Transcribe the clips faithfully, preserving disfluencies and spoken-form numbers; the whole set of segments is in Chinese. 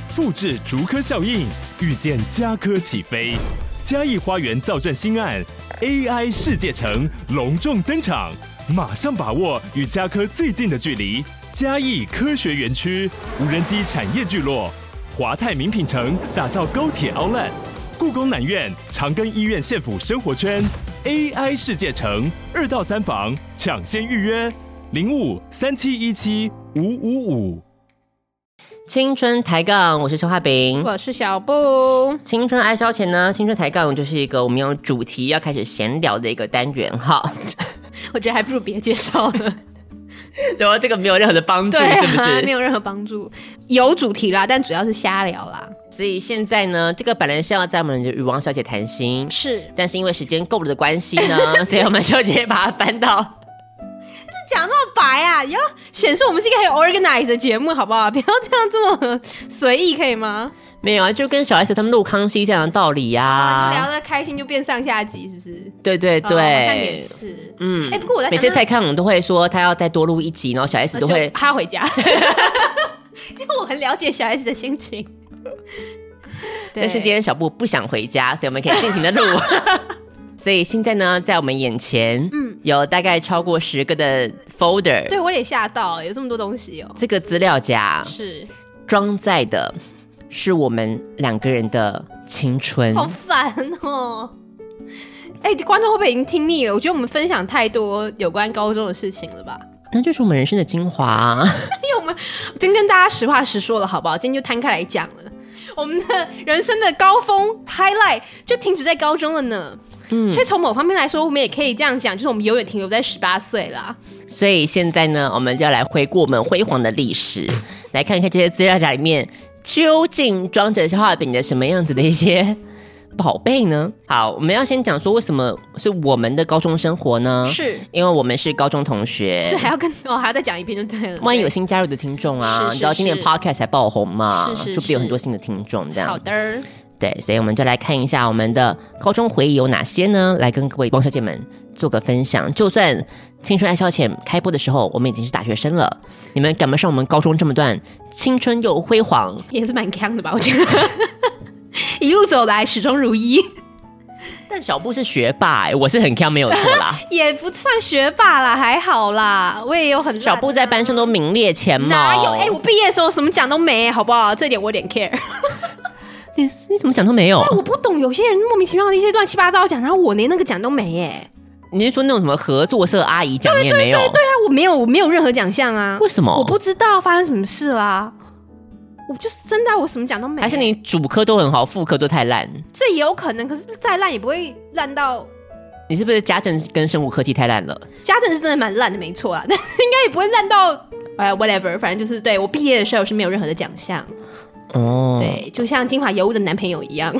复制竹科效应，预见家科起飞。嘉义花园造镇新案 A I 世界城隆重登场，马上把握与家科最近的距离。嘉义科学园区无人机产业聚落，华泰名品城打造高铁 Outlet， 故宫南院长庚医院县府生活圈 A I 世界城二到三房抢先预约零五三七一七五五五。 青春抬杠，我是陈化饼， 我是小布。 青春爱消遣呢，青春抬杠就是一个我们用主题要开始闲聊的一个单元哈。 我觉得还不如别介绍了。 然后这个没有任何的帮助， 对啊， 是不是？ 没有任何帮助，有主题啦，但主要是瞎聊啦。 所以现在呢，这个本来是要在我们的与王小姐谈心， 是， 但是因为时间够了的关系呢，所以我们就直接把它搬到。 讲那么白啊，要显示我们是一个很有 organized 的节目，好不好？不要这样这么随意，可以吗？ 没有啊，就跟小 S 他们录康熙这样的道理呀、啊。 哦、聊得开心就变上下集，是不是？ 对对对， 哦、好像也是。嗯，哎、欸，不过我在每次蔡康永都会说他要再多录一集，然后小 S 都会他回家。就我很了解小 S 的心情。 但是今天小布不想回家，所以我们可以尽情的录。所以现在呢，在我们眼前，嗯，有大概超过十个的 folder， 对我也吓到，有这么多东西哦。 这个资料夹是装载的是我们两个人的青春， 好烦哦。哎、欸，观众会不会已经听腻了？我觉得我们分享太多有关高中的事情了吧？ 那就是我们人生的精华、啊。 因为我们真跟大家实话实说了，好不好？今天就摊开来讲了，我们的人生的高峰 highlight 就停止在高中了呢。嗯，所以从某方面来说，我们也可以这样讲，就是我们永远停留在十八岁啦。 所以现在呢，我们就要来回顾我们辉煌的历史，来看看这些资料夹里面究竟装着消化饼的什么样子的一些宝贝呢？好，我们要先讲说为什么是我们的高中生活呢？是因为我们是高中同学， 这还要跟哦还要再讲一遍就对了。 万一有新加入的听众啊，是是是，你知道今年 podcast 还爆红嘛？是是是，说不定有很多新的听众这样。 好的。 对，所以我们就来看一下我们的高中回忆有哪些呢？来跟各位王小姐们做个分享。就算青春爱消遣开播的时候，我们已经是大学生了，你们赶不上我们高中这么段青春又辉煌， 也是蛮强的吧？我觉得一路走来始终如一。 但小布是学霸、欸，我是很强没有错啦， 也不算学霸啦，还好啦，我也有很、啊、 小布在班上都名列前茅。 哪有？哎、欸，我毕业的时候什么奖都没，好不好？这点我有点 care。 你, 你怎么讲都没有？ 我不懂，有些人莫名其妙的一些乱七八糟奖，然后我连那个奖都没耶。 你是说那种什么合作社阿姨奖你也没有？ 对对对对啊，我没有，我没有任何奖项啊。 为什么？ 我不知道发生什么事啦、啊。我就是真的，我什么奖都没。 还是你主科都很好，副科都太烂？ 这也有可能，可是再烂也不会烂到。 你是不是家政跟生物科技太烂了？ 家政是真的蛮烂的，没错啦，但应该也不会烂到呃 whatever， 反正就是对我毕业的时候是没有任何的奖项。哦，对，就像金发尤物的男朋友一样，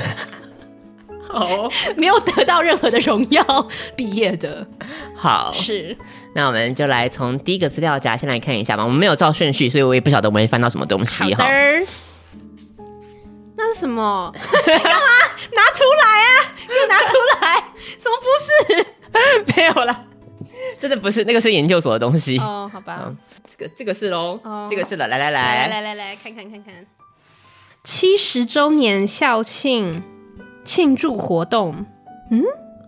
好，没有得到任何的荣耀毕业的。 好， 是， 那我们就来从第一个资料夹先来看一下吧。我们没有照顺序，所以我也不晓得我们会翻到什么东西。 好的，那是什么？干嘛拿出来啊？给我拿出来！什么不是？ 没有啦，真的不是，那个是研究所的东西。 哦，好吧， 嗯、这个这个是咯、哦、这个是了，来来来来来来来看看看看。七十周年校庆庆祝活动，嗯，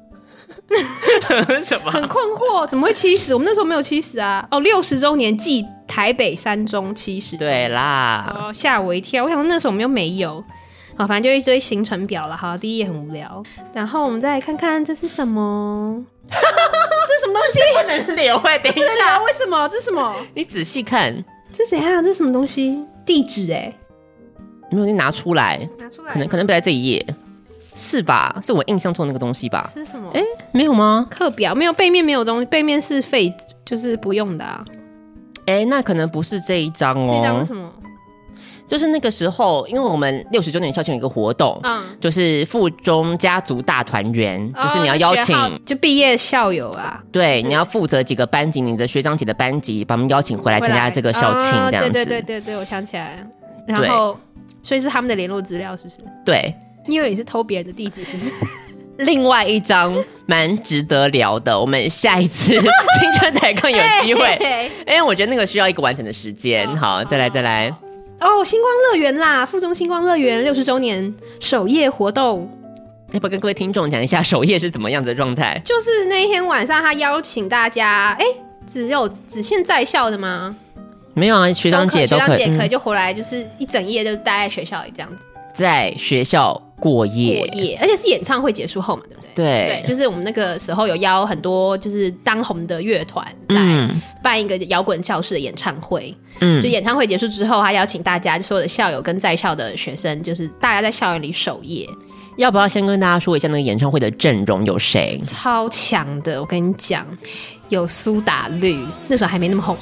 什么？ 很困惑，怎么会七十？我们那时候没有七十啊。哦，六十周年暨台北三中七十。 对啦， 哦，吓我一跳，我想那时候我们又没有。好，反正就一堆行程表了。好，第一页很无聊。然后我们再来看看这是什么？这是什么东西？ 不能留哎、欸，等一下， 为什么？这是什么？ 你仔细看， 这怎样？这是什么东西？地址哎、欸。 没有，你拿出来， 拿出来， 可能可能不在这一页，是吧？是我印象中那个东西吧？ 是什么？ 哎，没有吗？ 课表没有，背面没有东西，背面是废，就是不用的啊。 哎，那可能不是这一张哦。 这张是什么？ 就是那个时候，因为我们六十周年校庆有一个活动，嗯，就是附中家族大团圆，哦、就是你要邀请就毕业校友啊， 对，你要负责几个班级，你的学长姐的班级，把他们邀请回来参加这个校庆，这样子。 哦、对对对对对，我想起来了。然后。所以是他们的联络资料，是不是？对，你以为你是偷别人的地址，是不是？ 另外一张蛮值得聊的，我们下一次青春抬杠有机会，因为我觉得那个需要一个完整的时间。好，再来再来， 哦，星光乐园啦，附中星光乐园六十周年首夜活动。 要不要跟各位听众讲一下首页是怎么样子的状态？ 就是那一天晚上，他邀请大家，哎，只有只限在校的吗？ 没有啊，学长姐都可以， 学长姐可以就回来，就是一整夜就待在学校里这样子， 在学校过夜， 过夜，而且是演唱会结束后嘛，对不对？ 对， 对，就是我们那个时候有邀很多就是当红的乐团来办一个摇滚教室的演唱会。嗯，就演唱会结束之后，他邀请大家所有的校友跟在校的学生，就是大家在校园里守夜。 要不要先跟大家说一下那个演唱会的阵容有谁？ 超强的，我跟你讲，有苏打绿，那时候还没那么红，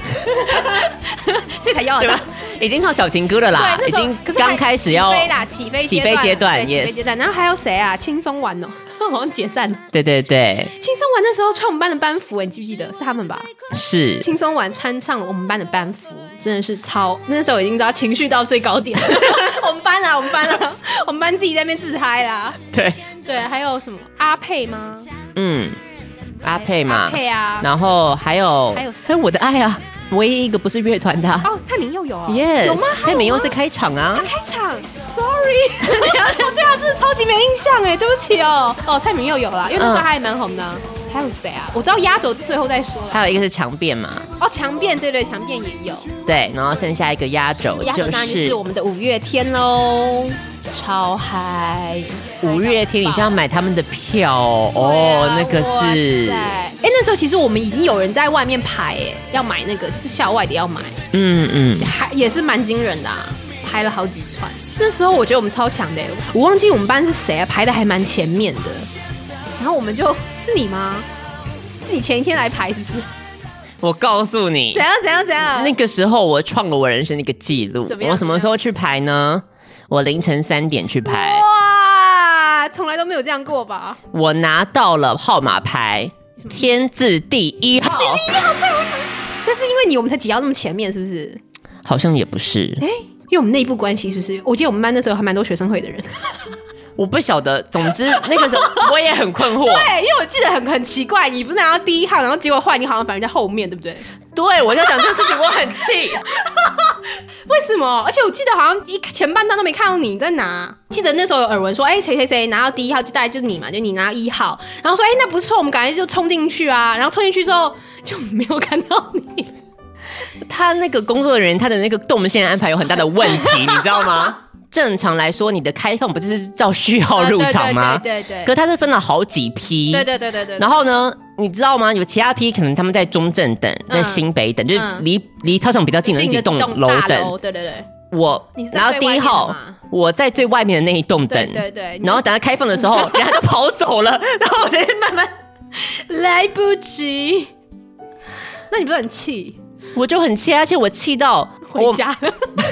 所以才邀了他。 已经唱小情歌了啦，已经刚开始要起飞啦，起飞起飞阶段， 起飞阶段。然后还有谁啊？轻松玩哦，好像解散了。 对对对， 轻松玩那时候穿我们班的班服，你记不记得？是他们吧？ 是轻松玩穿上了我们班的班服，真的是超，那时候已经到情绪到最高点。我们班啊，我们班啊，我们班自己在那边自嗨啦。 对对，还有什么阿佩吗？ 嗯，阿佩嘛， 阿佩啊， 然后还有还有还有我的爱啊。唯一一个不是乐团的、啊、 哦，蔡明佑有啊、哦 ，Yes， 有吗？ 蔡明佑是开场啊， 啊开场 ，Sorry， 对啊，真的超级没印象哎，对不起哦。哦，蔡明佑有啦，因为那时候他还蛮红的、啊嗯。还有谁啊？我知道压轴最后再说了。 还有一个是强辩嘛？ 哦，强辩，对对，强辩也有。 对，然后剩下一个压轴， 压轴当然就是我们的五月天喽，超嗨！ 五月天，你是要买他们的票哦？哦那个是。 哎，那时候其实我们已经有人在外面排，哎，要买那个就是校外的要买， 嗯嗯， 还也是蛮惊人的啊，排了好几串。那时候我觉得我们超强的，我忘记我们班是谁啊，排的还蛮前面的。然后我们就是你吗？是你前一天来排是不是？ 我告诉你， 怎样怎样怎样？ 那个时候我创了我人生的一个记录。我什么时候去排呢？我凌晨三点去排。 哇，从来都没有这样过吧？ 我拿到了号码牌，天字第一号。 你是一号对，所以是因为你我们才挤到那么前面，是不是？ 好像也不是。 哎、欸，因为我们内部关系是不是？我记得我们班那时候还蛮多学生会的人。 我不晓得，总之那个时候我也很困惑。 对，因为我记得很很奇怪，你不是拿到第一号，然后结果后来你好像反而在后面，对不对？ 对，我在讲这个事情，我很气。 为什么？而且我记得好像一前半段都没看到你在拿。记得那时候有耳闻说，哎、欸，谁谁谁拿到第一号，就大概就是你嘛，就你拿到一号，然后说，哎、欸，那不错，我们赶快就冲进去啊。然后冲进去之后就没有看到你。 他那个工作人员，他的那个动线安排有很大的问题，你知道吗？正常来说，你的开放不是照序号入场吗？ 啊、对, 对, 对, 对对。 可是它是分了好几批。 对对对对 对, 对。 然后呢，你知道吗？有其他批可能他们在中正等，在新北等，嗯、就是离离操场比较近的那几栋楼等。 对对对。 我拿到第一号，我在最外面的那一栋等。 对 对, 对。 然后等他开放的时候，人家就跑走了，然后我在慢慢来不及。那你不是很气？ 我就很气，而且我气到回家了。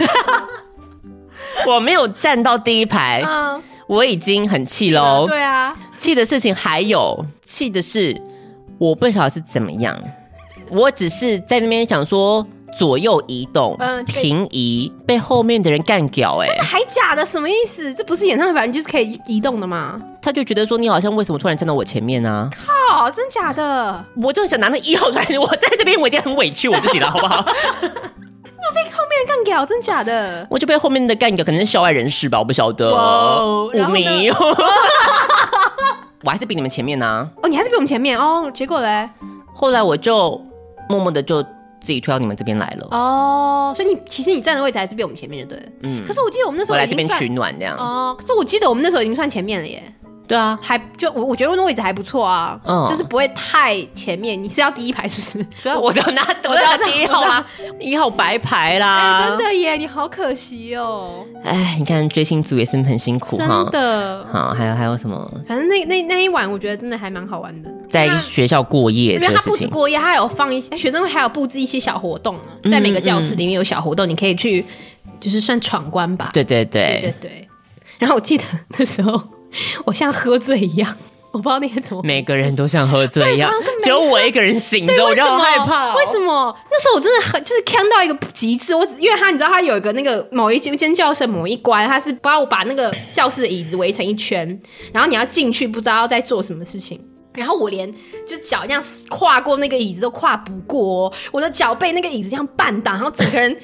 我没有站到第一排，嗯、我已经很气喽。 对啊， 气的事情还有，气的是我不晓得是怎么样，我只是在那边想说左右移动、嗯、平移，被后面的人干屌哎、欸！ 真的还假的？什么意思？这不是演唱会版就是可以移动的吗？ 他就觉得说你好像为什么突然站到我前面啊？ 靠，真假的？ 我就想拿那一号出来，我在这边我已经很委屈我自己了，好不好？ 我被后面的干屌，真假的？ 我就被后面的干屌，可能是校外人士吧，我不晓得。 哦， 我没有，我还是比你们前面呢、啊。 哦，你还是比我们前面哦。结果嘞， 后来我就默默的就自己推到你们这边来了。 哦，所以你其实你站的位置还是比我们前面就对了。嗯。可是我记得我们那时候我来这边取暖这样。 哦，可是我记得我们那时候已经算前面了耶。 对啊， 还就我我觉得那位置还不错啊，嗯，就是不会太前面。你是要第一排是不是？ 对啊，我都拿我都要第一号啊，一号白牌啦、 欸。真的耶，你好可惜哦。 哎，你看追星族也是很辛苦哈。 真的。 好，还有还有什么？ 反正那那那一晚我觉得真的还蛮好玩的， 在学校过夜这个事情。因为他不止过夜，他还有放一些学生会还有布置一些小活动，在每个教室里面有小活动，嗯嗯、你可以去就是算闯关吧。 对对对对对对。然后我记得那时候。我像喝醉一样，我不知道那天怎么。 每个人都像喝醉一样，只有我一个人醒着，我就好害怕、哦。 为什么？那时候我真的很就是呛到一个极致。我因为他你知道他有一个那个某一间教室某一关，他是把我把那个教室的椅子围成一圈，然后你要进去，不知道要在做什么事情。然后我连就脚这样跨过那个椅子都跨不过、哦，我的脚被那个椅子这样绊倒，然后整个人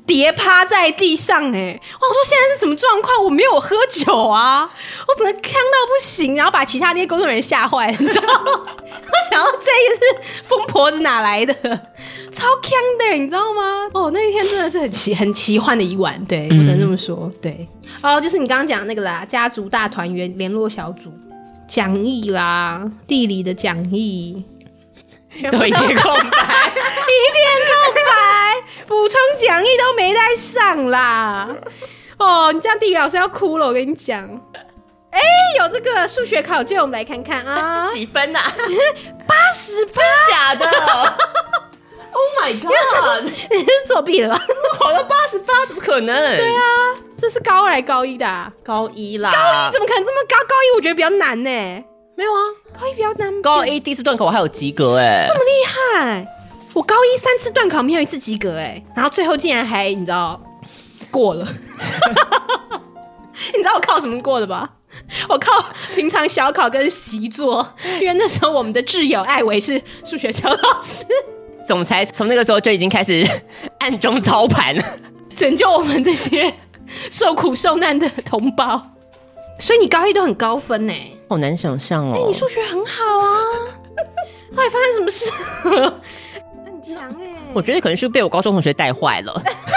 跌趴在地上哎、欸！我说现在是什么状况？我没有喝酒啊，我整个呛到不行，然后把其他那些工作人员吓坏了，你知道吗？我想要这一次疯婆子哪来的？超呛的，你知道吗？哦，那一天真的是很奇很奇幻的一晚，对、嗯、我只能这么说。对，哦，就是你刚刚讲的那个啦，家族大团圆联络小组讲义啦，地理的讲义。 都一片空白，一片空白，补充讲义都没带上啦。哦，你这样地理老师要哭了，我跟你讲。哎、欸，有这个数学考卷，我们来看看啊， 几分啊？ 八十八， 假的 ？Oh my god！ 你是作弊了吧？ 考到八十八，怎么可能？ 对啊，这是高二还是高一的、啊？ 高一啦。 高一怎么可能这么高？高一我觉得比较难呢、欸。 没有啊， 高一比较难。 高一第四段考我还有及格哎、欸， 这么厉害！我高一三次段考没有一次及格哎、欸，然后最后竟然还你知道过了。你知道我靠什么过的吧？我靠平常小考跟习作，因为那时候我们的挚友艾维是数学小老师， 总裁从那个时候就已经开始暗中操盘， 拯救我们这些受苦受难的同胞。所以你高一都很高分哎、欸， 好难想象哦。 哎、欸，你数学很好啊，到底发生什么事？很强哎、欸。 我觉得可能是被我高中同学带坏了。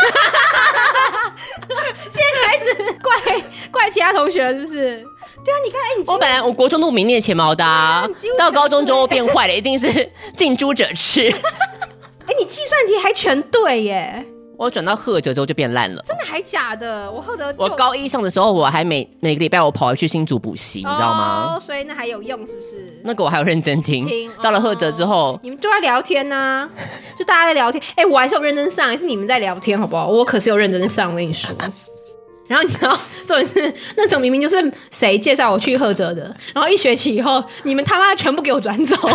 现在开始怪怪其他同学是不是？对啊，你看，哎、欸， 我本来我国中都名列前茅的、啊，到高中之后变坏了，一定是近朱者赤。 哎、欸，你计算题还全对耶！ 我转到赫哲之后就变烂了， 真的还假的？我赫哲， 我高一上的时候，我还每每个礼拜我跑回去新竹补习，你知道吗？ 哦，所以那还有用是不是？ 那个我还有认真听。听到了赫哲之后， 哦、你们就在聊天呐、啊，就大家在聊天。哎、欸，我还是有认真上，还是你们在聊天，好不好？我可是有认真上，我跟你说。然后你知道，重点是那时候明明就是谁介绍我去赫哲的，然后一学期以后，你们他妈全部给我转走。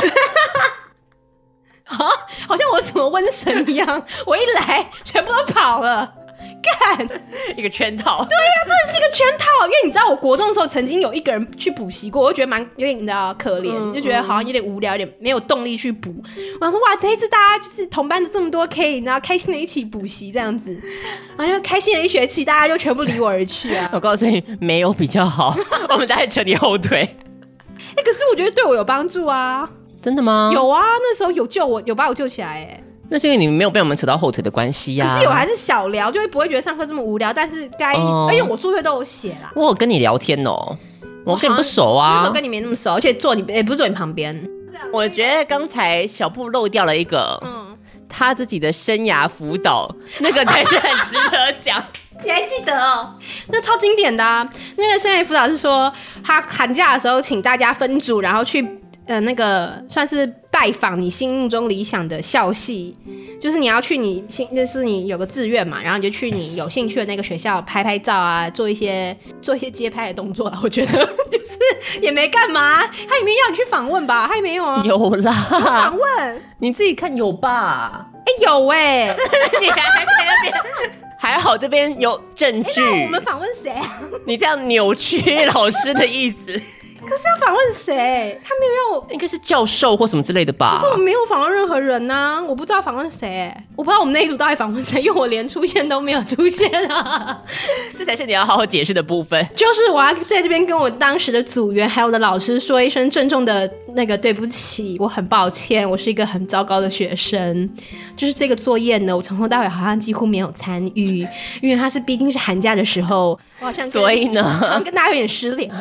啊，好像我什么瘟神一样，我一来全部都跑了，干一个圈套。 对呀、啊，真的是一个圈套。因为你知道，我国中的时候曾经有一个人去补习过，我就觉得蛮有点你知道可怜、嗯，就觉得好像有点无聊，有点没有动力去补。我想说哇，这一次大家就是同班的这么多，可以然后开心的一起补习这样子，然后就开心了一学期，大家就全部离我而去啊。 我告诉你，没有比较好，我们在扯你后腿。 哎、欸，可是我觉得对我有帮助啊。真的吗？ 有啊，那时候有救我，有把我救起来哎、欸。 那是因为你没有被我们扯到后腿的关系呀、啊。 可是我还是小聊，就会不会觉得上课这么无聊，但是该，哦、因为我作业都有写啦。 我有跟你聊天哦，我跟你不熟啊， 那时候跟你没那么熟，而且坐你也、欸、不是坐你旁边。 我觉得刚才小布漏掉了一个，嗯，他自己的生涯辅导，那个才是很值得讲。 你还记得哦？那超经典的啊！那个生涯辅导是说，他寒假的时候请大家分组，然后去。呃，那个算是拜访你心目中理想的校系，就是你要去你心，就是你有个志愿嘛，然后你就去你有兴趣的那个学校拍拍照啊，做一些做一些街拍的动作啦。我觉得就是也没干嘛，他也没要你去访问吧？他也没有啊。 有啦， 访问你自己看有吧？ 哎、欸，有哎、欸， 你还在那边。还好这边有证据。 欸、我们访问谁啊？ 你这样扭曲老师的意思。 可是要访问谁？他没有， 应该是教授或什么之类的吧？ 可是我没有访问任何人啊，我不知道访问谁，我不知道我们那一组到底访问谁，因为我连出现都没有出现啊。 这才是你要好好解释的部分。 就是我要在这边跟我当时的组员还有我的老师说一声郑重的那个对不起，我很抱歉，我是一个很糟糕的学生。就是这个作业呢，我从头到尾好像几乎没有参与，因为它是毕竟是寒假的时候，我好像所以呢， 好像跟大家有点失联。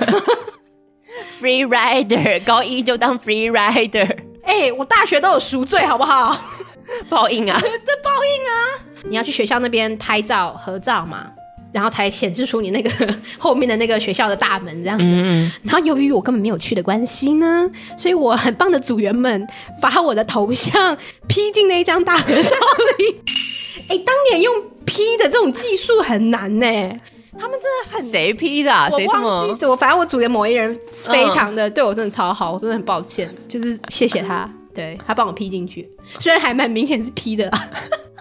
Free rider， 高一就当 free rider。 哎、欸，我大学都有赎罪，好不好？ 报应啊！ 这报应啊！你要去学校那边拍照合照嘛，然后才显示出你那个后面的那个学校的大门这样子。嗯、然后由于我根本没有去的关系呢，所以我很棒的组员们把我的头像 P 进那一张大合照里。哎、欸，当年用 P 的这种技术很难呢、欸。他们真的很谁 P 的、啊？ 我忘记我，反正我组员某一人非常的、嗯、对我真的超好，我真的很抱歉，就是谢谢他，对他帮我 P 进去，虽然还蛮明显是 P 的啦。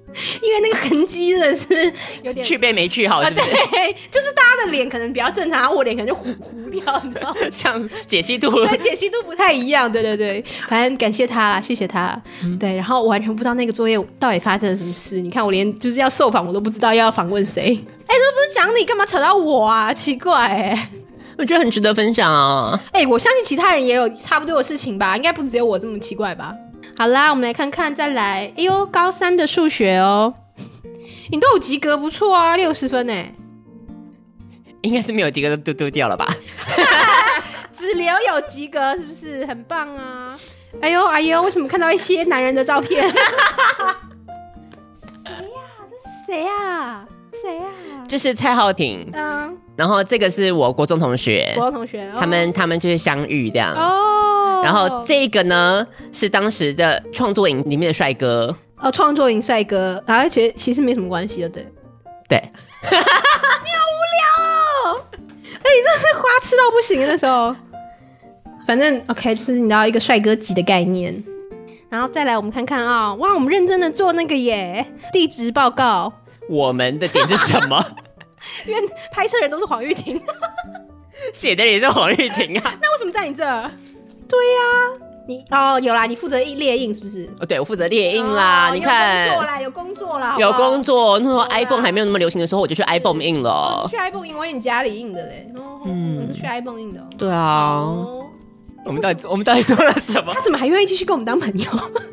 因为那个痕迹真的是有点去背没去好是不是、 啊、对，就是大家的脸可能比较正常，我脸可能就糊糊掉，你知道吗？ 像解析度对，解析度不太一样，对对对，反正感谢他啦，谢谢他、嗯、对，然后我完全不知道那个作业到底发生了什么事，你看我连就是要受访我都不知道要访问谁，哎，这不是讲你，干嘛扯到我啊？奇怪哎、欸， 我觉得很值得分享啊！ 哎、欸，我相信其他人也有差不多的事情吧，应该不只有我这么奇怪吧？好啦，我们来看看，再来，哎呦，高三的数学哦，你都有及格，不错啊，六十分哎， 应该是没有及格都丢丢掉了吧？ 只留有及格，是不是很棒啊？哎呦哎呦，为什么看到一些男人的照片？谁呀、啊？这是谁呀、啊？谁呀、啊？ 这是蔡浩庭， 嗯， 然后这个是我国中同学， 国中同学，哦、 他们他们就是相遇这样哦。 然后这个呢是当时的创作营里面的帅哥， 哦，创作营帅哥，然后觉得其实没什么关系的，对， 对。 你好无聊哦！哎、欸，你真的是花痴到不行那时候。反正 OK， 就是你知道一个帅哥级的概念。然后再来我们看看啊、哦，哇，我们认真的做那个耶，地质报告。 我们的点是什么？ 因为拍摄人都是黄玉婷， 写的人也是黄玉婷啊。 那为什么在你这？对呀、啊，你哦有啦，你负责列印是不是？ 哦，对，我负责列印啦。哦、你看， 有工作啦，有工作啦，好不好有工作。那时候 iPhone 还没有那么流行的时候，我就去 iPhone 印了。 哦、去 iPhone 印，我以为你家里印的嘞。哦、嗯，我是去 iPhone 印的、哦。 对啊。哦、我们到底我们到底做了什么？ 他怎么还愿意继续跟我们当朋友？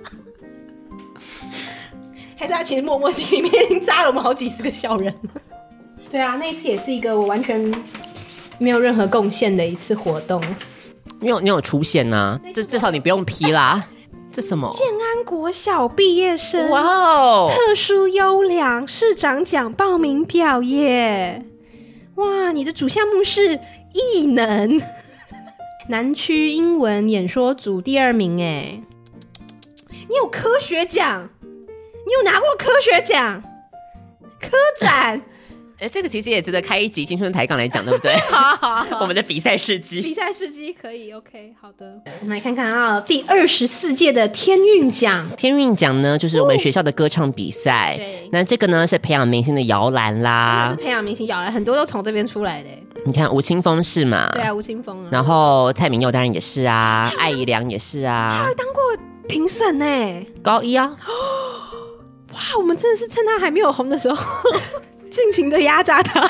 还是他其实默默心里面已经扎了我们好几十个小人了。对啊，那一次也是一个我完全没有任何贡献的一次活动。 你有你有出现啊？这至少你不用批啦。这什么？ 建安国小毕业生， 哇哦， 特殊优良市长奖报名表耶！哇，你的主项目是艺能，南区英文演说组第二名哎，你有科学奖。你有拿过科学奖、科展？ 哎、欸，这个其实也值得开一集青春抬杠来讲，对不对？ 好好好， 我们的比赛事迹， 比赛事迹可以 ，OK， 好的。我们来看看啊，第二十四届的天韵奖。 天韵奖呢，就是我们学校的歌唱比赛。哦、对，那这个呢是培养明星的摇篮啦， 是培养明星摇篮，很多都从这边出来的。 你看吴青峰是嘛？ 对啊，吴青峰啊。 然后蔡明佑当然也是啊，艾怡良也是啊。 他还当过评审呢， 高一啊。 哇，我们真的是趁他还没有红的时候尽情的压榨他。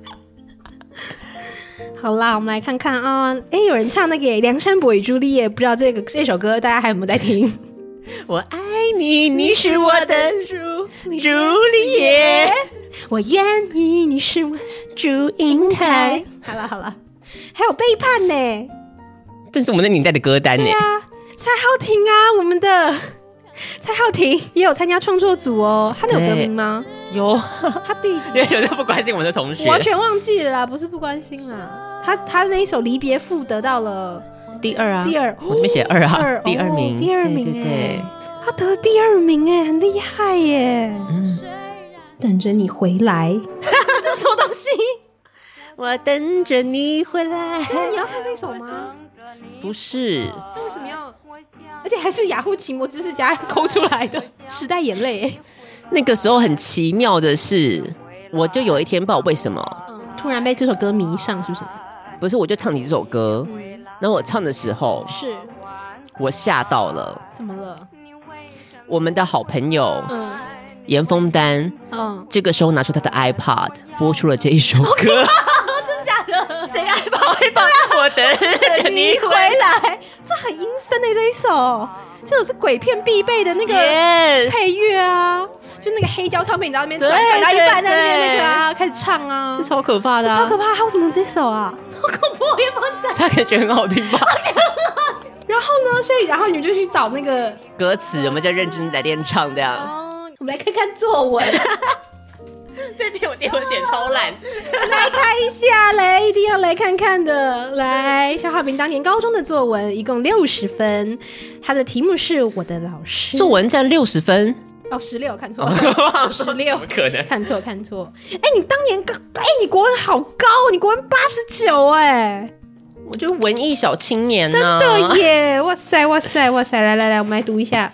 好啦，我们来看看啊，哎、欸，有人唱那个《梁山伯与朱丽叶》，不知道这个这首歌大家还有没有在听？ 我爱你，你是我的朱朱丽叶， 我愿意，你是我祝英台。好了好了，还有背叛呢， 这是我们那年代的歌单呢。对啊，蔡浩庭啊，我们的。蔡浩庭也有参加创作组哦，他有得名吗？ 有， 他第几？ 因为有的不关心我们的同学， 我完全忘记了啦，不是不关心啦。他他那一首《离别赋》得到了第二啊， 第二， 我这边写二啊， 二第二名， 哦、第二名哎， 对对对， 他得了第二名哎，很厉害耶。嗯，等着你回来，这是什么东西？ 我等着你回来。 你要唱这首吗？ 不是， 那为什么要？而且还是雅虎奇摩知识家抠出来的时代眼泪、欸。 那个时候很奇妙的是，我就有一天不知道为什么， 嗯、突然被这首歌迷上，是不是？ 不是，我就唱起这首歌，嗯、然后我唱的时候， 是我吓到了。 怎么了？ 我们的好朋友， 嗯， 严枫丹， 嗯， 这个时候拿出他的 iPod， 播出了这一首歌。 真假的？ 谁 iPod？iPod？我等着你回来。这很阴森的、欸、这一首，这首是鬼片必备的那个配乐啊， yes. 就那个黑胶唱片，你知道那边转转到一半那边那个啊，开始唱啊， 这超可怕的、啊， 超可怕！他为什么这首啊？好恐怖！也不能他可能觉得很好听吧？ 然后呢，所以然后你们就去找那个歌词，我们就认真来练唱这样。 哦，我们来看看作文。 这篇我今天我写超烂， 来看一下，来一定要来看看的。来，肖浩平当年高中的作文一共六十分，他的题目是我的老师。 作文占六十分哦，十六看错了，十六可能看错看错。哎、欸，你当年哎、欸，你国文好高，你国文八十九哎， 我就文艺小青年呢、啊，真的耶！哇塞哇塞哇塞，来来来，我们来读一下。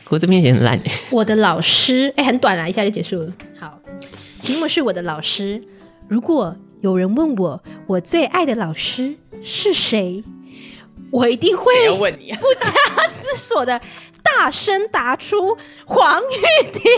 我这边写很烂。 我的老师，哎，很短啊，一下就结束了。好，题目是我的老师。如果有人问我，我最爱的老师是谁，我一定会谁要问你啊？ 不加思索的大声答出黄玉婷。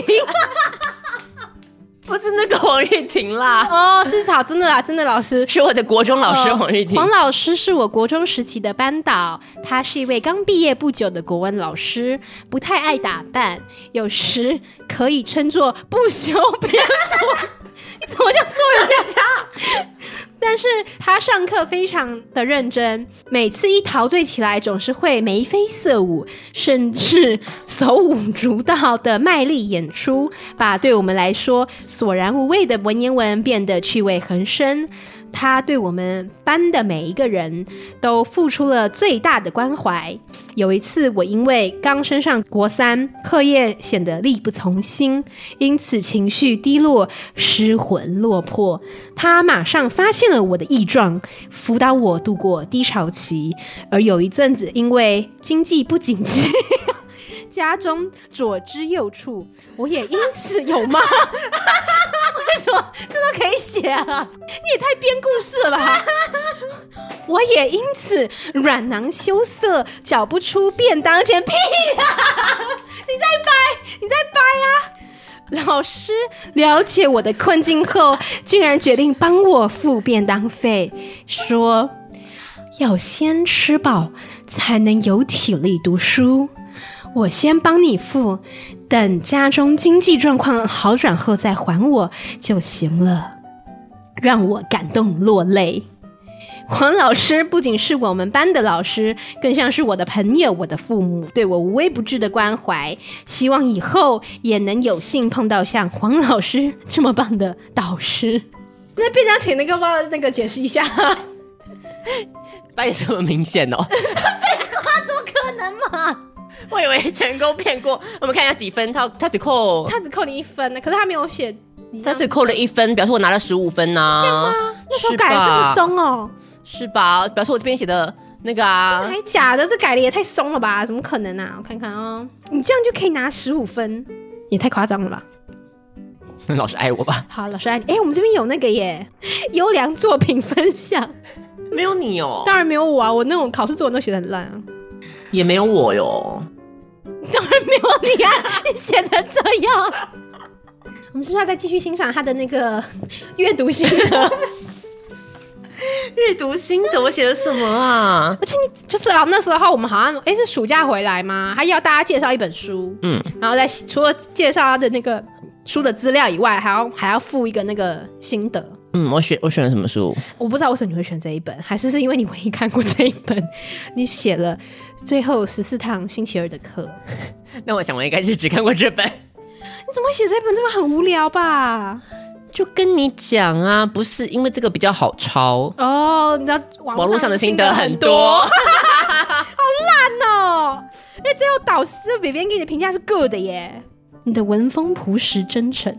不是那个黄玉婷啦， 哦，是好，真的啦，真的老师是我的国中老师黄玉婷。 黄老师是我国中时期的班导，他是一位刚毕业不久的国文老师，不太爱打扮，有时可以称作不修边幅。你怎么这样说人家？但是他上课非常的认真，每次一陶醉起来总是会眉飞色舞，甚至手舞足蹈的卖力演出，把对我们来说索然无味的文言文变得趣味横生。他对我们班的每一个人都付出了最大的关怀。有一次我因为刚升上国三，课业显得力不从心，因此情绪低落，失魂落魄。他马上发现了我的异状，辅导我度过低潮期。而有一阵子因为经济不景气家中左支右绌，我也因此有吗？为什么这都可以写啊？你也太编故事了吧！我也因此软囊羞涩，缴不出便当钱。屁啊！你在掰，你在掰啊！老师了解我的困境后，竟然决定帮我付便当费，说要先吃饱才能有体力读书。我先帮你付，等家中经济状况好转后再还我就行了。让我感动落泪。黄老师不仅是我们班的老师，更像是我的朋友，我的父母，对我无微不至的关怀。希望以后也能有幸碰到像黄老师这么棒的导师。那便当钱那个，要不要那个解释一下？ 掰得这么明显哦？ 废话，怎么可能嘛？ 我以为成功骗过。我们看一下几分，他他只扣他只扣你一分呢，可是他没有写， 他只扣了一分，表示我拿了十五分呐、啊。 这样吗？那时候改得这么松哦？ 是吧？表示我这边写的那个啊， 真的还假的？这改的也太松了吧？怎么可能啊？我看看哦，你这样就可以拿十五分，也太夸张了吧？ 老师爱我吧？ 好，老师爱你。哎，我们这边有那个耶，优良作品分享。 没有你哦？ 当然没有我啊，我那种考试作文都写得很烂啊。 也没有我哟。 当然没有你啊，你写成这样。我们是不是要再继续欣赏他的那个阅读心得？ 阅读心得我写的什么啊？ 而且你就是啊，那时候我们好像哎是暑假回来吗？还要大家介绍一本书，嗯，然后再除了介绍他的那个书的资料以外，还要还要附一个那个心得。 嗯，我选我选了什么书？ 我不知道为什么你会选这一本，还是是因为你唯一看过这一本？你写了最后十四堂星期二的课。 那我想我应该是只看过这本。 你怎么会写这本？这本很无聊吧？ 就跟你讲啊，不是因为这个比较好抄哦，你知道网网络上的心得很多， 好烂哦！因为最后导师北边给你的评价是 good 的耶，你的文风朴实真诚。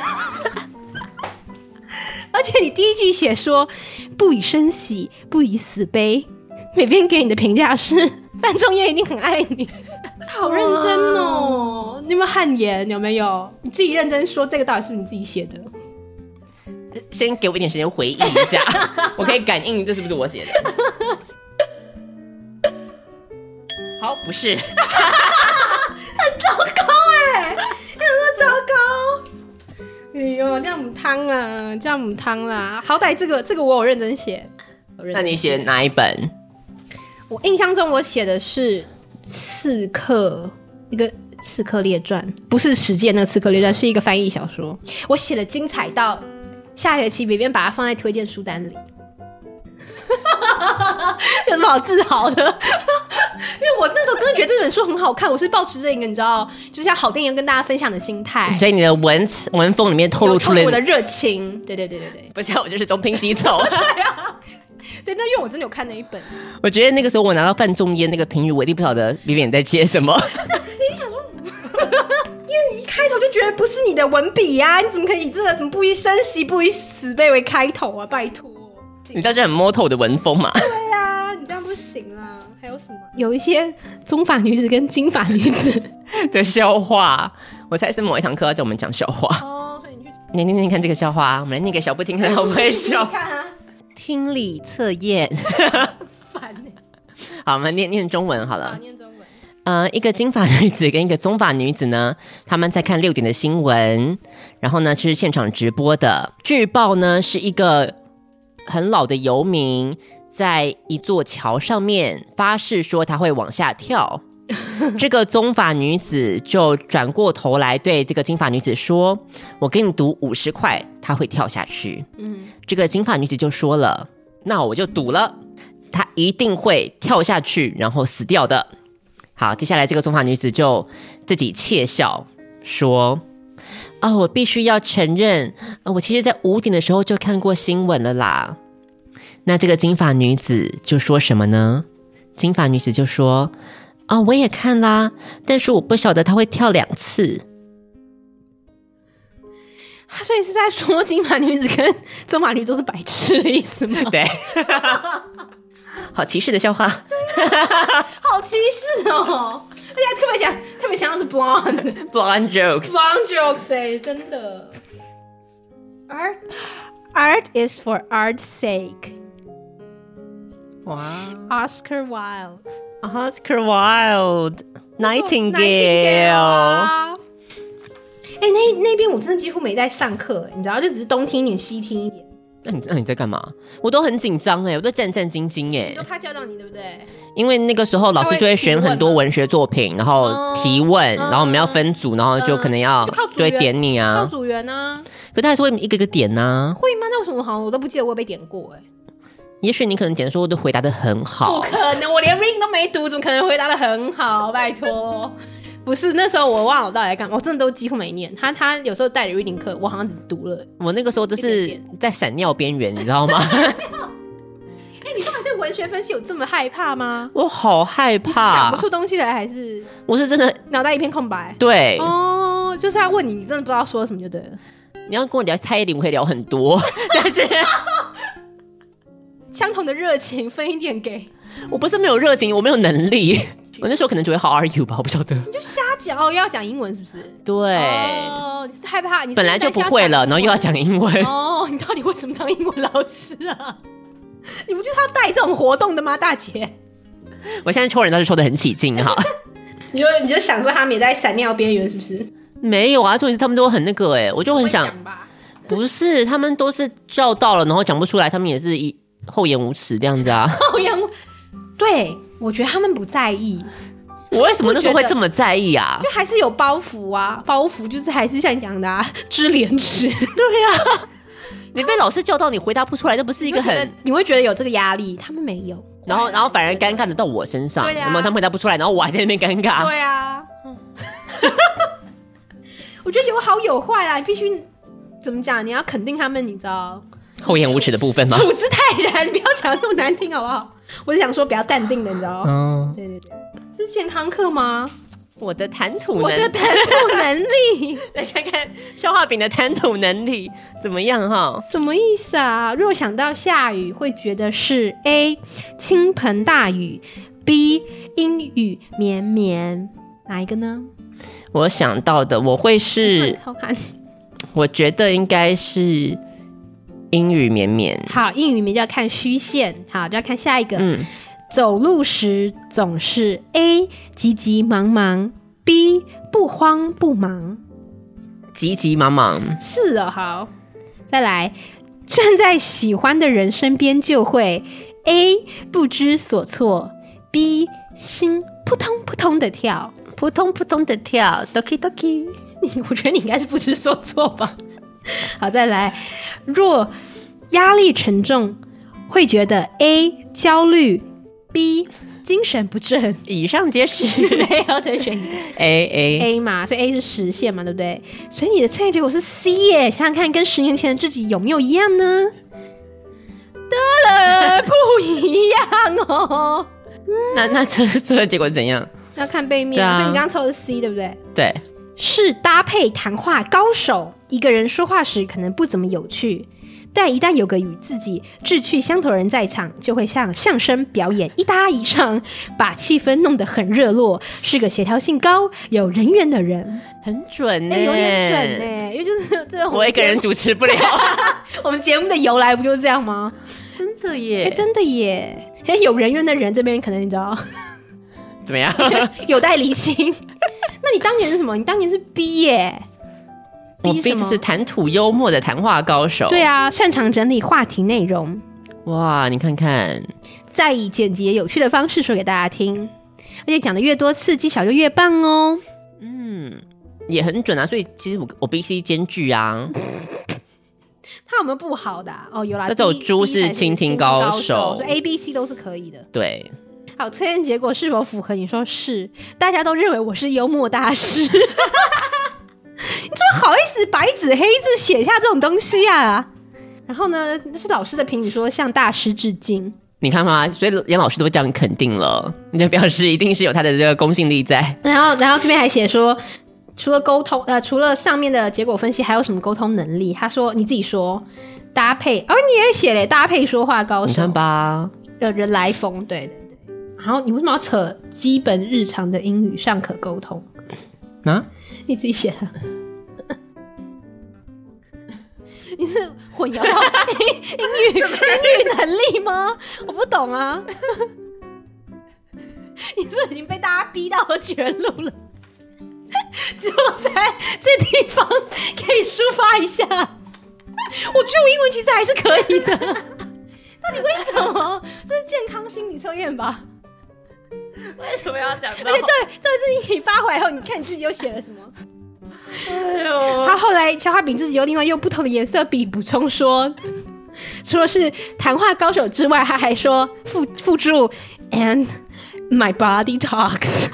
而且你第一句写说不以生喜，不以死悲，每边给你的评价是范仲淹一定很爱你。好认真哦！你有没有汗颜？有没有？你自己认真说，这个到底是不是你自己写的？ 先给我一点时间回忆一下，我可以感应这是不是我写的。好，不是。 很糟糕哎、欸，有多糟糕？哎呦，这样母汤啊，这样母汤啦！好歹这个这个我有认真写。 那你写哪一本？ 我印象中我写的是《刺客》，一个《刺客列传》，不是实践那个《刺客列传》，是一个翻译小说。我写的精彩到下学期别边把它放在推荐书单里。有什么好自豪的？因为我那时候真的觉得这本书很好看，我是抱持这一个你知道，就是像好电影跟大家分享的心态。 所以你的文文风里面透露出了我的热情。对对对对对， 不像我就是东拼西凑。 对啊，对，那因为我真的有看那一本。 我觉得那个时候我拿到范仲淹那个评语，我一定不晓得李脸在接什么。 你想说，因为你一开头就觉得不是你的文笔呀、啊，你怎么可以以这个什么不以生喜不以死悲为开头啊？拜托。 你知道这很 motto 的文风嘛？ 对啊，你这样不行啊！还有什么？有一些棕发女子跟金发女子的笑话。我猜是某一堂课要叫我们讲笑话。 哦，所以你去念念念看这个笑话，我们来念给小布听，看他会不会笑。 看啊， 听力测验。 烦欸。 好，我们念念中文好了。 好，念中文。 呃，一个金发女子跟一个棕发女子呢，他们在看六点的新闻，然后呢是现场直播的。据报呢是一个很老的游民在一座桥上面发誓说他会往下跳。这个棕发女子就转过头来对这个金发女子说：“我给你赌五十块，她会跳下去。”嗯，这个金发女子就说了：“那我就赌了，她一定会跳下去，然后死掉的。”好，接下来这个棕发女子就自己窃笑说：“啊、哦，我必须要承认，呃、我其实在五点的时候就看过新闻了啦。”那这个金发女子就说什么呢？金发女子就说：“啊、哦，我也看啦，但是我不晓得她会跳两次。” 他所以是在说金发女子跟棕发女子都是白痴的意思吗？ 对。好歧视的笑话。 好歧视哦！而且还特别讲，特别强调是 blonde blonde jokes blonde jokes 哎、欸，真的。Art art is for art's sake. 哇 Oscar Wilde Oscar Wilde Nightingale。 哎、欸，那那边我真的几乎没在上课，你知道，就只是东听一点西听一点。 那你那你在干嘛？我都很紧张哎，我都战战兢兢哎。 你就怕叫到你，对不对？ 因为那个时候老师就会选很多文学作品，然后提问，然后我们要分组，然后就可能要就会点你啊， 靠组员啊。 可他还是会一个个点啊。 会吗？那为什么好像我都不记得我有被点过哎？ 也许你可能点说我都回答得很好。 不可能，我连 reading 都没读，怎么可能回答得很好？拜托。不是，那时候我忘了我到底在干嘛，我真的都几乎没念。他他有时候带着 reading 课，我好像只读了。 我那个时候都是在闪尿边缘，你知道吗？ 哎、欸，你干嘛对文学分析有这么害怕吗？ 我好害怕， 你是讲不出东西来，还是我是真的脑袋一片空白？ 对， 哦，就是他问你，你真的不知道说什么就对了。 你要跟我聊蔡依林，我可以聊很多，但是相同的热情分一点给我，不是没有热情，我没有能力。我那时候可能只会 How are you 吧，我不晓得。 你就瞎讲哦，又要讲英文是不是？ 对， 哦，你是害怕，你是本来就不会了，然后又要讲英文。 哦，你到底为什么当英文老师啊？你不就是要带这种活动的吗，大姐？ 我现在抽人倒是抽得很起劲哈。 你就你就想说他们也在闪尿边缘是不是？ 没有啊，重点是他们都很那个哎、欸，我就很想，不是他们都是照到了，然后讲不出来，他们也是一厚颜无耻这样子啊。 厚颜无，对。我觉得他们不在意， 我为什么那时候会这么在意啊？ 就还是有包袱啊，包袱就是还是像你讲的啊，知廉耻。对啊，你被老师叫到，你回答不出来，那不是一个很你会觉得有这个压力，他们没有， 然后然后反而尴尬的到我身上， 对啊， 有没有？他们回答不出来，然后我还在那边尴尬。 对啊，我觉得有好有坏啦，你必须怎么讲？你要肯定他们，你知道厚颜无耻的部分吗？ 处之泰然，你不要讲那么难听好不好？我是想说比较淡定的，你知道吗？嗯，对对对，这是前堂课吗？ 我的谈吐能力， 我的谈吐能力， 来看看消化饼的谈吐能力怎么样哈？ 什么意思啊？若想到下雨，会觉得是 A 倾盆大雨 ，B 阴雨绵绵，哪一个呢？ 我想到的我会是， 好看， 我觉得应该是。阴雨绵绵， 好，阴雨绵绵就要看虚线，好，就要看下一个。嗯，走路时总是 A 急急忙忙 ，B 不慌不忙。 急急忙忙是哦，好，再来，站在喜欢的人身边就会 A 不知所措 ，B 心扑通扑通的跳， 扑通扑通的跳 ，doki doki。 我觉得你应该是不知所措吧。好，再来，若压力沉重，会觉得 A 焦虑 ，B 精神不振。 以上皆是， 没有再选 A A A 嘛，所以 A 是实线嘛，对不对？所以你的测验结果是 C 耶，想想看，跟十年前的自己有没有一样呢？得了，不一样哦。 那那这这个结果是怎样？ 要看背面，啊、所以你刚刚抽的 C 对不对？ 对。 是搭配谈话高手，一个人说话时可能不怎么有趣， 但一旦有个与自己志趣相投的人在场，就会像相声表演一搭一唱，把气氛弄得很热络，是个协调性高有人缘的人。 很准呢、欸欸，有点准呢、欸，因为就是这种我一个人主持不了我们节目的由来不就是这样吗？ 真的耶、 欸、真的耶、欸、有人缘的人这边可能你知道怎么样有待厘清那你当年是什么？你当年是 B 耶， 我 B 就是谈吐幽默的谈话高手。 对啊，擅长整理话题内容。 哇，你看看， 再以简洁有趣的方式说给大家听，而且讲的越多次，技巧就越棒哦。 嗯，也很准啊。所以其实我我 B C 兼具啊。 他有没有不好的、啊？哦，有啦。 这种猪是倾听高手， 所以 A、B、C 都是可以的。 对。 好，测验结果是否符合？你说是，大家都认为我是幽默大师。你怎么好意思白纸黑字写下这种东西啊？然后呢，那是老师的评语说向大师致敬。 你看嘛，所以连老师都这样肯定了，你就表示一定是有他的这个公信力在。 然后，然后这边还写说，除了沟通，呃，除了上面的结果分析，还有什么沟通能力？他说你自己说搭配，哦，你也写嘞，搭配说话高手。 你看吧， 有人来疯，对对对。然后你为什么要扯基本日常的英语尚可沟通？ 啊？ 你自己写的。你是混淆到英语英语能力吗？我不懂啊。你是不是已经被大家逼到了绝路了？只有在这地方可以抒发一下。我觉得我英文其实还是可以的。那你为什么？这是健康心理测验吧？ 为什么要讲到？ 而且这这次你发回来后，你看你自己又写了什么？ 哎呦！ 他后来消化饼自己又另外用不同的颜色笔补充说，除了是谈话高手之外，他还说附附注 and my body talks。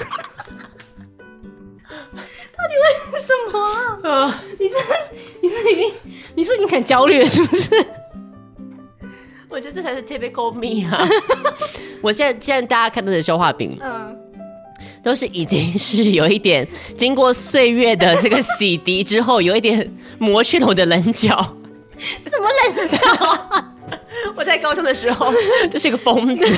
到底为什么啊？呃、你这你是你你是你很焦虑是不是？ 我觉得这才是 typical me 啊！我现在现在大家看到的消化饼，嗯，都是已经是有一点经过岁月的这个洗涤之后，有一点磨去了我的棱角。 什么棱角啊？ 我在高中的时候就是个疯子。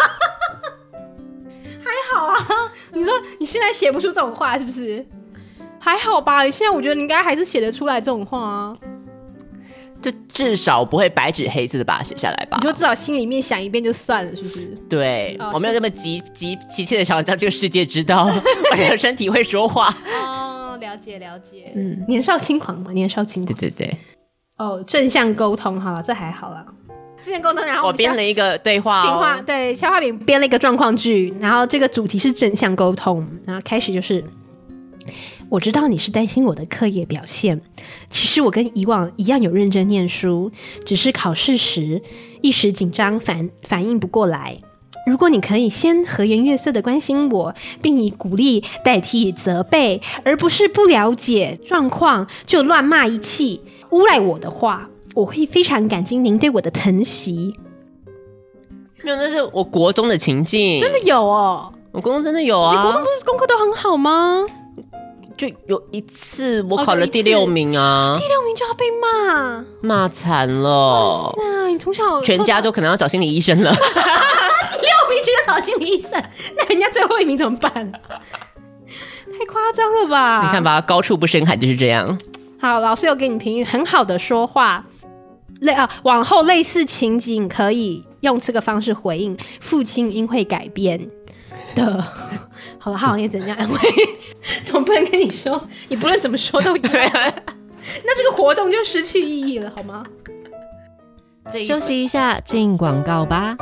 还好啊，你说你现在写不出这种话是不是？还好吧，你现在我觉得你应该还是写得出来这种话啊。 就至少不会白纸黑字的把它写下来吧。 你就至少心里面想一遍就算了，是不是？ 对，哦、我没有那么急急急切的想让这个世界知道我的身体会说话。 哦，了解了解。嗯，年少轻狂嘛，年少轻狂。 对对对。 哦，正向沟通，好了，这还好啦。正向沟通，然后我, 我编了一个对话、哦， 情话对，消化饼编了一个状况剧，然后这个主题是正向沟通，然后开始就是。我知道你是担心我的课业表现，其实我跟以往一样有认真念书，只是考试时一时紧张反反应不过来。如果你可以先和颜悦色的关心我，并以鼓励代替责备，而不是不了解状况就乱骂一气诬赖我的话，我会非常感激您对我的疼惜。 没有，那是我国中的情境。 真的有哦？ 我国中真的有啊。 你国中不是功课都很好吗？ 就有一次我考了第六名啊， 哦、第六名就要被骂， 骂惨了。 哇塞，你从小全家都可能要找心理医生了。 六名全家找心理医生，那人家最后一名怎么办？太夸张了吧？ 你看吧，高处不胜寒就是这样。 好，老师有给你评语，很好的说话。类啊，往后类似情景可以用这个方式回应，父亲应会改变的。好了，他好像也怎样安慰，总不能跟你说，你不论怎么说都对啊。那这个活动就失去意义了，好吗？ 休息一下，进广告吧。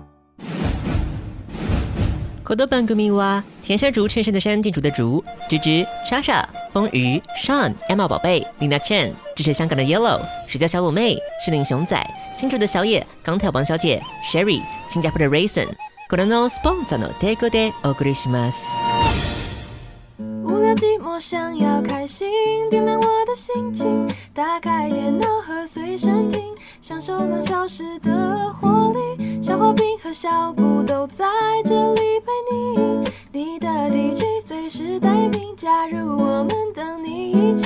この番組は田山竹衬衫的山，建筑的竹，芝芝、莎莎、风鱼、Sean、Emma 宝贝、Lina Chen， 支持香港的 Yellow， 石家小卤妹、士林熊仔、新竹的小野、钢跳王小姐、Sherry， 新加坡的 Raisin。これのスポンサーの提供でお送りします。 无聊寂寞想要开心，点亮我的心情，打开电脑和随身听，享受两小时的活力。小花饼和小布都在这里陪你，你的 D J 随时待命，加入我们，等你一起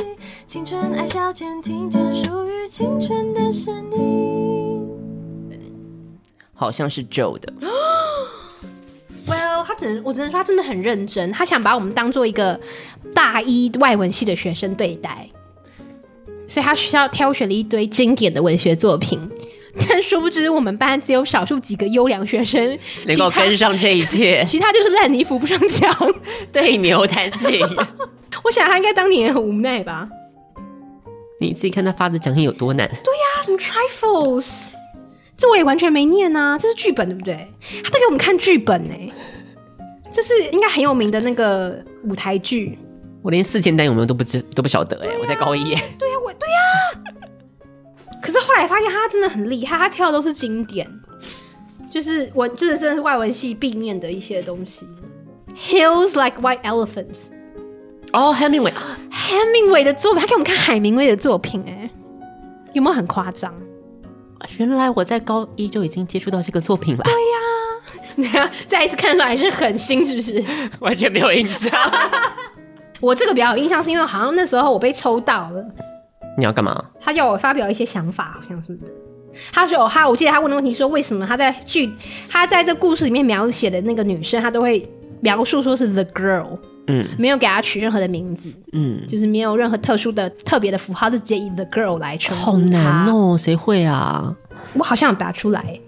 青春爱消遣，听见属于青春的声音。 好像是 Joe 的。 Well， 他只能我只能说他真的很认真，他想把我们当做一个大一外文系的学生对待，所以他学校挑选了一堆经典的文学作品。但殊不知，我们班只有少数几个优良学生能够跟上这一切， 其他就是烂泥扶不上墙， 对牛弹琴。 我想他应该当年也很无奈吧。 你自己看他发的讲义有多难？ 对呀、啊，什么 trifles， 这我也完全没念啊，这是剧本对不对？他都给我们看剧本哎、欸，这是应该很有名的那个舞台剧。 我连四千单有没有都不知都不晓得哎、欸，我在高一耶。 对呀、啊，我对呀、啊。可是后来发现他真的很厉害，他跳的都是经典，就是我就是真的是外文系必念的一些东西。Hills like white elephants。 哦 ，Hemingway， Hemingway 的作品，他给我们看海明威的作品，哎，有没有很夸张？ 原来我在高一就已经接触到这个作品了。 对呀、啊，再一次看的时候还是很新，是不是？ 完全没有印象。 我这个比较有印象，是因为好像那时候我被抽到了。 你要干嘛？ 他叫我发表一些想法，好像是不是？他说他，我记得他问的问题说，为什么他在剧，他在这故事里面描写的那个女生，他都会描述说是 the girl， 嗯，没有给她取任何的名字，嗯，就是没有任何特殊的、特别的符号，就直接以 the girl 来称呼她。 好难哦，谁会啊？ 我好像有答出来。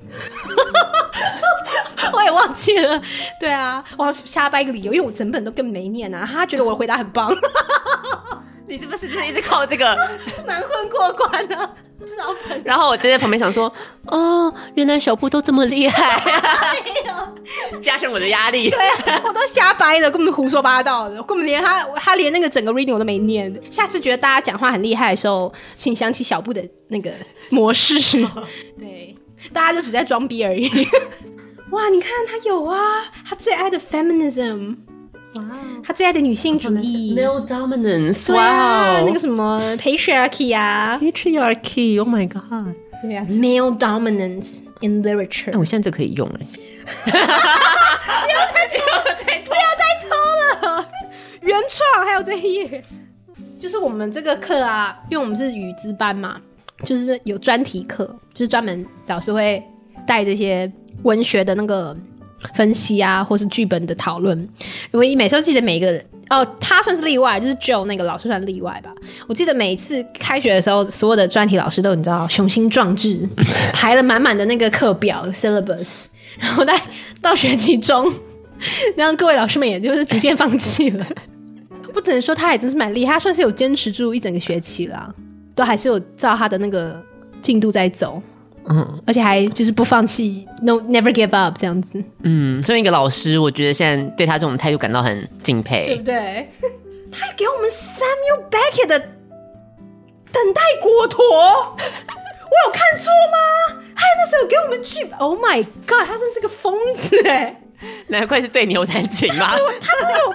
我也忘记了，对啊，我瞎掰一个理由，因为我整本都根本没念啊。他觉得我的回答很棒。 你是不是就是一直靠这个蛮混过关的、啊？是老本。 然后我站在旁边想说，哦，原来小布都这么厉害，加深我的压力。 对啊，我都瞎掰了，根本胡说八道的，根本连他他连那个整个 reading 我都没念。下次觉得大家讲话很厉害的时候，请想起小布的那个模式。对，大家就只在装逼而已。哇，你看他有啊，他最爱的 feminism。哇，他最爱的女性主义 ，male dominance， 哇、啊 wow 那个什么 patriarchy 啊 ，patriarchy，Oh my god， 对啊 ，male dominance in literature。 哎，我现在这可以用哎， 不要再偷了，不要再偷了，原创还有这一页，就是我们这个课啊，因为我们是语资班嘛，就是有专题课，就是专门老师会带这些文学的那个分析啊，或是剧本的讨论。我每次都记得每一个哦，他算是例外，就是 Joe 那个老师算例外吧。我记得每一次开学的时候，所有的专题老师都你知道雄心壮志，排了满满的那个课表 syllabus， 然后在到学期中，让各位老师们也就是逐渐放弃了。我只能说他也真是蛮厉害，他算是有坚持住一整个学期啦，都还是有照他的那个进度在走。嗯，而且还就是不放弃 ，no never give up 这样子。 嗯，作为一个老师，我觉得现在对他这种态度感到很敬佩， 对不对？他还给我们 Samuel Beckett 的《等待果陀》，我有看错吗？他那时候有给我们剧本 ，Oh my god， 他真是个疯子哎！ 难怪是对牛弹琴嘛。 他真的有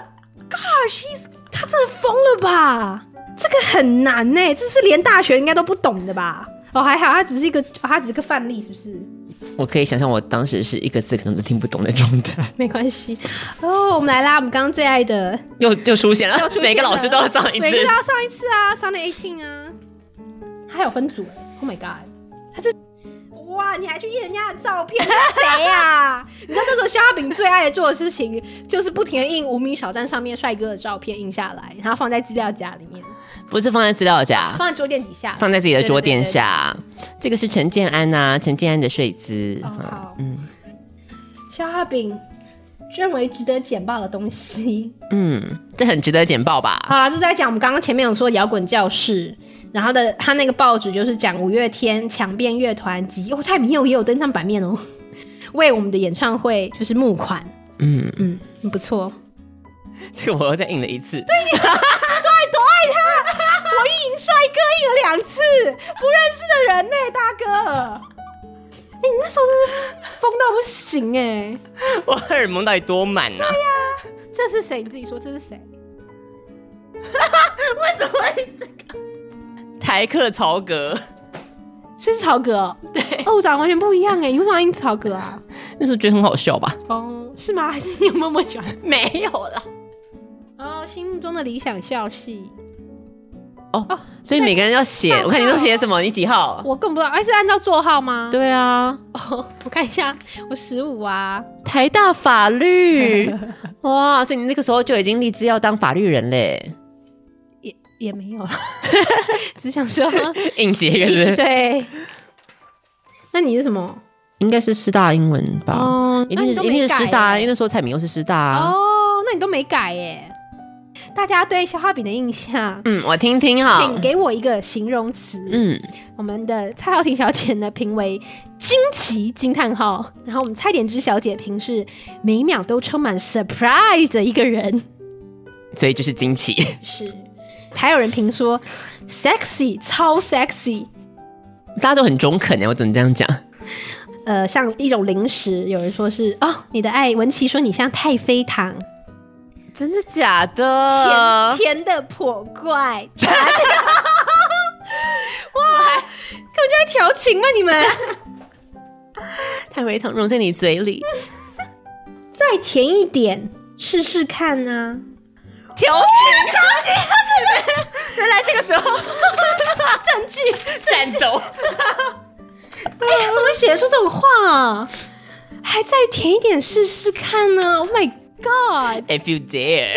，Gosh， 他真的疯了吧？这个很难哎，这是连大学应该都不懂的吧？哦，还好，他只是一个，哦、他只是个范例，是不是？ 我可以想象，我当时是一个字可能都听不懂的状态。 没关系，哦，我们来啦，我们刚刚最爱的又又出现了， 又出现了每个老师都要上一次， 每个都要上一次啊，上了十八啊，他还有分组哎 ，Oh my god， 他这哇，你还去印人家的照片，你是谁啊？你知道那时候肖亚饼最爱做的事情，就是不停的印无名小站上面帅哥的照片，印下来，然后放在资料夹里面。 不是放在资料夹， 放在桌垫底下， 放在自己的桌垫下。对对对对，这个是陈建安啊，陈建安的睡姿。 哦、好， 嗯， 肖亚饼认为值得简报的东西， 嗯，这很值得简报吧？ 好啦，就在讲我们刚刚前面有说摇滚教室，然后的他那个报纸就是讲五月天抢遍乐团及，哦，蔡明佑也有登上版面哦，为我们的演唱会就是募款。嗯嗯，不错。 这个我又再印了一次。对， 你多爱多爱他！我印帅哥印了两次，不认识的人呢、欸，大哥。哎、欸，你那时候真是疯到不行哎、欸！ 我荷尔蒙到底多满啊？对呀、啊，这是谁？你自己说这是谁？ 为什么会这个？台客曹格， 所以是曹格、哦。对，哦，长得完全不一样哎！你为什么要印曹格啊？ 那时候觉得很好笑吧？ 哦，是吗？还是你有默默喜欢？ 没有啦。 哦，心目中的理想校系。 哦，哦所以每个人要写。我看你都写什么？你几号？ 我更不知道。哎，是按照座号吗？ 对啊。 哦，我看一下，我十五啊。 台大法律。哇，所以你那个时候就已经立志要当法律人嘞。 也也没有了，只想说硬写一个字。 对。那你是什么？ 应该是师大英文吧？哦，一定是一定是师大，因为那时候蔡明又是师大啊。 哦，那你都没改耶。大家对消化饼的印象， 嗯，我听听哈， 请给我一个形容词。嗯，我们的蔡浩庭小姐呢评为惊奇惊叹号，然后我们蔡点之小姐评是每秒都充满 surprise 的一个人， 所以就是惊奇。 是，还有人评说 sexy 超 sexy， 大家都很中肯耶，我怎么这样讲？ 呃，像一种零食，有人说是哦，你的爱，文琪说你像太妃糖。 真的假的？ 甜甜的破怪，哇，根本就在调情吗？你们太妃糖融在你嘴里， 再甜一点，试试看啊！ 调情，调情，原来这个时候证据战斗。 哎呀，怎么写得出这种话啊？还再甜一点试试看呢 ？Oh my God! If you dare.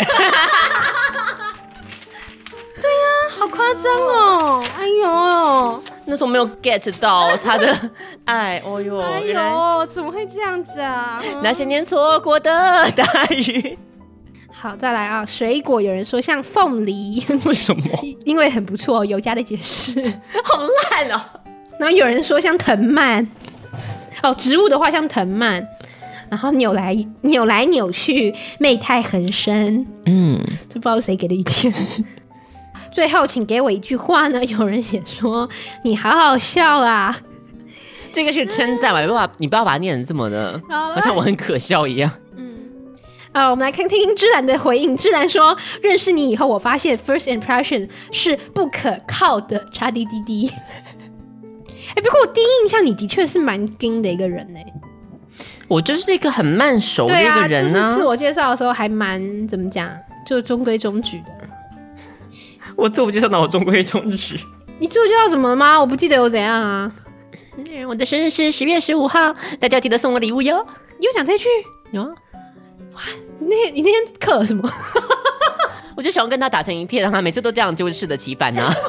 对呀、啊，好夸张哦！哎呦， 那时候没有 get 到他的爱。哦呦， 哎呦，怎么会这样子啊？ 那些年错过的大雨。 好，再来啊！水果有人说像凤梨， 为什么？ 因为很不错，有家的解释。 好烂哦！ 然后有人说像藤蔓，哦，植物的话像藤蔓。然后扭来扭来扭去，媚态横生。嗯，就不知道谁给的意见。最后，请给我一句话呢？有人写说：“你好好笑啊！” 这个是称赞吧？你不把你不要把它念成这么的，好像我很可笑一样。嗯。 啊，我们来看听听芝兰的回应。芝兰说：“认识你以后，我发现 first impression 是不可靠的。”叉滴滴滴。哎，不过我第一印象，你的确是蛮硬的一个人哎、欸。 我就是一个很慢熟的一个人啊，就是自我介绍的时候还蛮怎么讲，就中规中矩的。 我自我介绍哪有中规中矩？ 你自我介绍什么吗？我不记得有怎样啊。 我的生日是十月十五号，大家记得送我礼物哟。 你有讲这句？ 有啊。 哇，你那你那天刻了什么？ 我就想跟他打成一片，让他每次都这样就适得其反啊。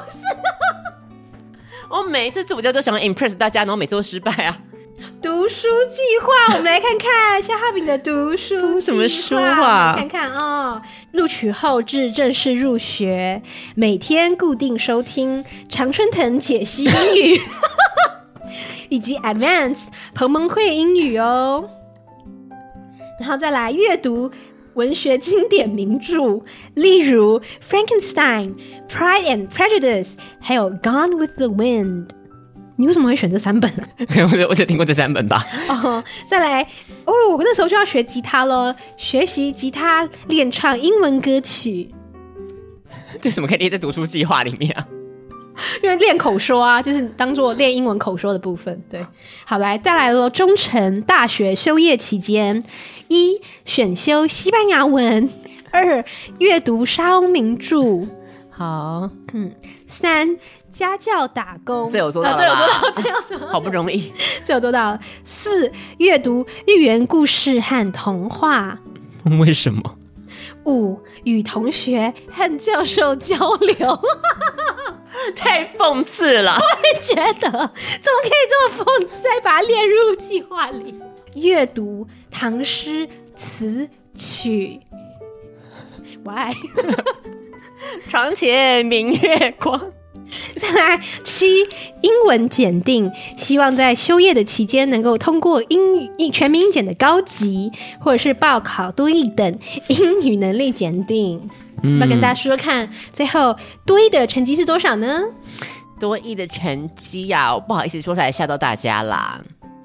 我每一次自我介绍都想 impress 大家，然后每次都失败啊。 读书计划，我们来看看消化饼的读书计划。 什么书啊？ 看看哦，录取后至正式入学，每天固定收听常春藤解析英语，以及 Advanced 彭蒙慧英语哦。然后再来阅读文学经典名著，例如 Frankenstein、Pride and Prejudice， 还有 Gone with the Wind。你为什么会选这三本呢、 啊？我只听过这三本吧。 哦，再来哦，我那时候就要学吉他了，学习吉他练唱英文歌曲。 这什么可以列在读书计划里面啊？ 因为练口说啊，就是当做练英文口说的部分。对，好来，再来了。中成大学修业期间，一选修西班牙文，二阅读沙欧名著。好，嗯，三。家教打工， 这有做到了吧？ 这有做到，这有什么？ 好不容易， 这有做到。四、阅读寓言故事和童话。 为什么？ 五、与同学和教授交流。 太讽刺了！ 我也觉得，怎么可以这么讽刺，还把它列入计划里？阅读唐诗词曲。Why？ 床前明月光。 再来七，英文检定，希望在修业的期间能够通过英语全民英检的高级，或者是报考多益等英语能力检定。嗯，要跟大家说说看，最后多益的成绩是多少呢？ 多益的成绩呀、啊，我不好意思说出来吓到大家啦。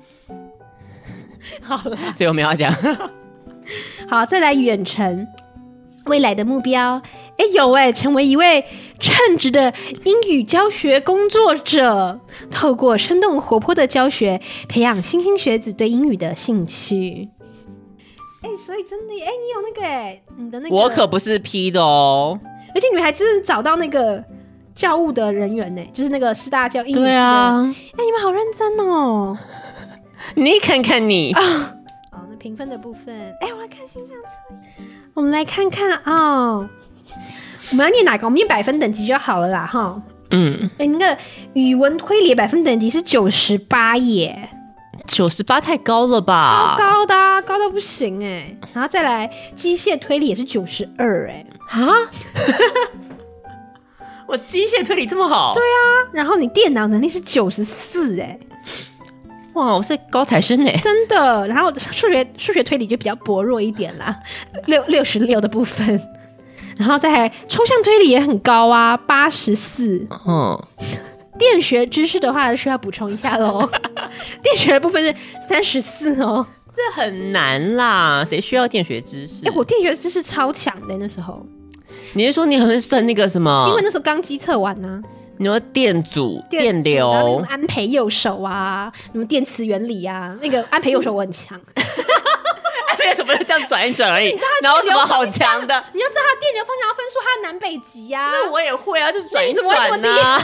好了， 所以我们要讲， 好，再来远程。未来的目标，哎，有哎，成为一位称职的英语教学工作者，透过生动活泼的教学，培养新兴学子对英语的兴趣。哎，所以真的，哎，你有那个，哎，你的那个， 我可不是 P 的哦， 而且你们还真的找到那个教务的人员呢，就是那个师大教英语系的。 对啊， 哎，你们好认真哦。 你看看你啊，哦，那评分的部分，哎，我来看形象测验，我们来看看哦。我们要念哪个？我们念百分等级就好了啦，哈。 嗯， 哎，那个语文推理百分等级是九十八耶， 九十八太高了吧？ 超高的、啊，高到不行哎。然后再来机械推理也是九十二哎， 啊？我机械推理这么好？ 对啊，然后你电脑能力是九十四哎， 哇，我是高材生哎， 真的。然后数学数学推理就比较薄弱一点啦，六六十六的部分。然后再来抽象推理也很高啊，八十四。嗯，电学知识的话需要补充一下咯电学的部分是三十四哦， 这很难啦，谁需要电学知识？ 哎、欸，我电学知识超强的那时候。 你是说你很会算那个什么？ 因为那时候刚机测完呢、啊。 你说电阻、电, 电流， 然后什么安培右手啊，什么电磁原理啊，那个安培右手我很强。 为什么这样转一转而已？然后什么好强的？ 你要知道它电流方向要分数它的南北极啊。 那我也会啊，就转一转呢、啊。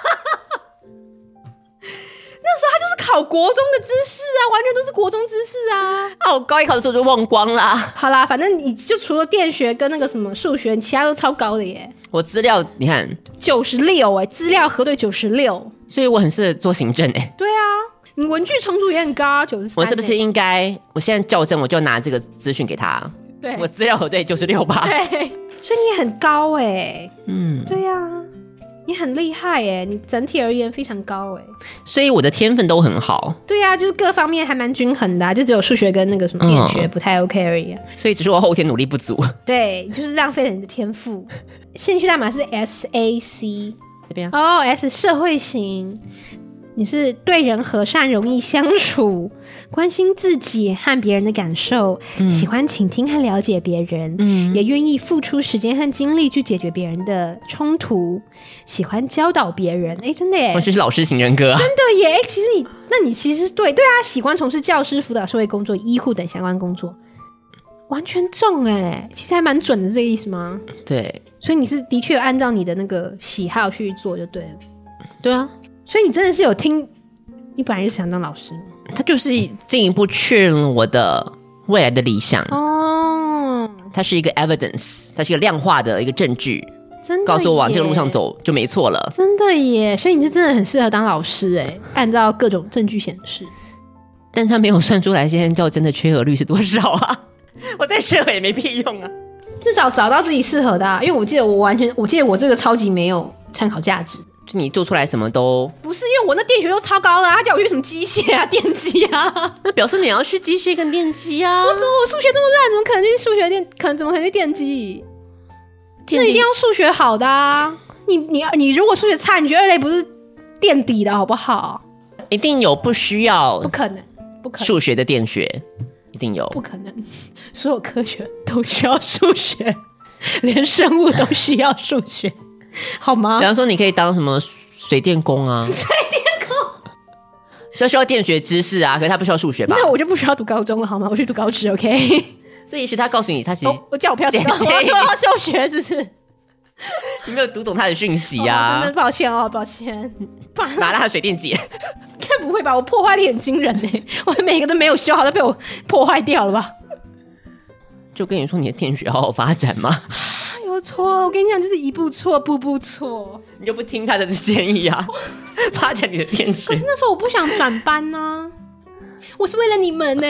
那时候他就是考国中的知识啊，完全都是国中知识啊。 啊，我高一考的时候就忘光啦。 好啦，反正你就除了电学跟那个什么数学，其他都超高的耶。 我资料你看九十六哎，资料核对九十六， 所以我很适合做行政哎、欸。 对啊，你文具重组也很高，九十三。 我是不是应该？我现在校正，我就拿这个资讯给他。 对， 我资料核对九十六吧。 对，所以你也很高哎、欸。 嗯， 对啊。你很厉害耶，你整体而言非常高耶， 所以我的天分都很好。 对啊，就是各方面还蛮均衡的、啊，就只有数学跟那个什么电学、嗯、不太 OK 而已、啊。 所以只是我后天努力不足。 对，就是浪费了你的天赋。兴趣代码是 S A C 这边哦 ，S 社会型。你是对人和善，容易相处，关心自己和别人的感受、嗯、喜欢倾听和了解别人、嗯、也愿意付出时间和精力去解决别人的冲突，喜欢教导别人。哎，真的耶， 完全是老师型人格啊， 真的耶。哎，其实你那你其实对对啊，喜欢从事教师、辅导、社会工作、医护等相关工作，完全中哎，其实还蛮准的，是这个意思吗？ 对， 所以你是的确按照你的那个喜好去做就对了。 对啊， 所以你真的是有听，你本来就想当老师， 他就是进一步确认了我的未来的理想哦。它是一个 evidence， 它是一个量化的一个证据， 真的告诉我往这个路上走就没错了。 真的耶，所以你是真的很适合当老师哎，按照各种证据显示。 但他没有算出来现在较真的缺额率是多少啊？我在社会也没屁用啊。 至少找到自己适合的啊，因为我记得我完全，我记得我这个超级没有参考价值。 就你做出来什么都不是，因为我那电学都超高的、啊，他叫我去什么机械啊、电机啊， 那表示你要去机械跟电机啊。 我怎么我数学这么烂，怎么可能去数学电？可能怎么可能去电机？那一定要数学好的啊！你你你如果数学差，你觉得二类不是垫底的好不好？ 一定有不需要， 不可能，不可能数学的电学一定有， 不可能，所有科学都需要数学，连生物都需要数学。好吗？ 比方说，你可以当什么水电工啊？ 水电工需要需要电学知识啊，可是他不需要数学吧？ 那我就不需要读高中了，好吗？我去读高职 ，OK？ 所以也许他告诉你，他其实、 哦、我叫我不要读高中，我要休学，是不是？ 你没有读懂他的讯息啊、 哦！真的抱歉哦，抱歉。 拿他的水电解， 应该不会吧？我破坏力很惊人呢，我每个都没有修好，都被我破坏掉了吧？ 就跟你说，你的电学好好发展吗？ 有错，我跟你讲，就是一步错，步步错。 你就不听他的建议啊？发展你的电学。 可是那时候我不想转班啊，我是为了你们呢。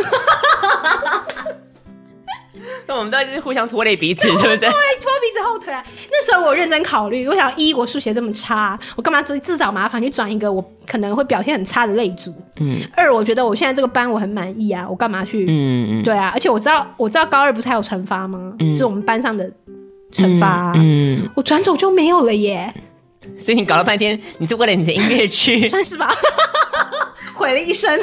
那我们到底是互相拖累彼此，是不是？对， 拖彼此后腿啊！那时候我认真考虑，我想一，我数学这么差，我干嘛自自找麻烦去转一个我可能会表现很差的类组？嗯。二，我觉得我现在这个班我很满意啊，我干嘛去？嗯嗯。对啊，而且我知道，我知道高二不是还有惩罚吗？嗯。是我们班上的惩罚、啊。嗯。我转走就没有了耶。 所以你搞了半天，你是为了你的音乐剧？ 算是吧。毁了一生。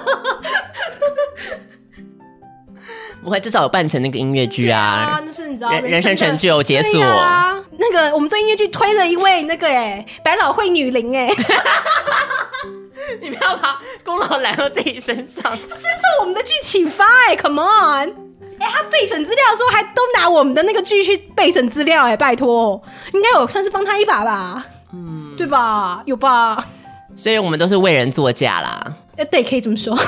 不会，至少有办成那个音乐剧啊！ 啊，就是你知道，人, 人生成就结束。 啊，那个我们这音乐剧推了一位那个哎，百老汇女伶哎， 你不要把功劳揽到自己身上， 深受我们的剧启发哎 ，Come on！ 哎，他备审资料的时候还都拿我们的那个剧去备审资料哎，拜托，应该有算是帮他一把吧？ 嗯，对吧？有吧？ 所以我们都是为人作嫁啦。 呃，对，可以这么说。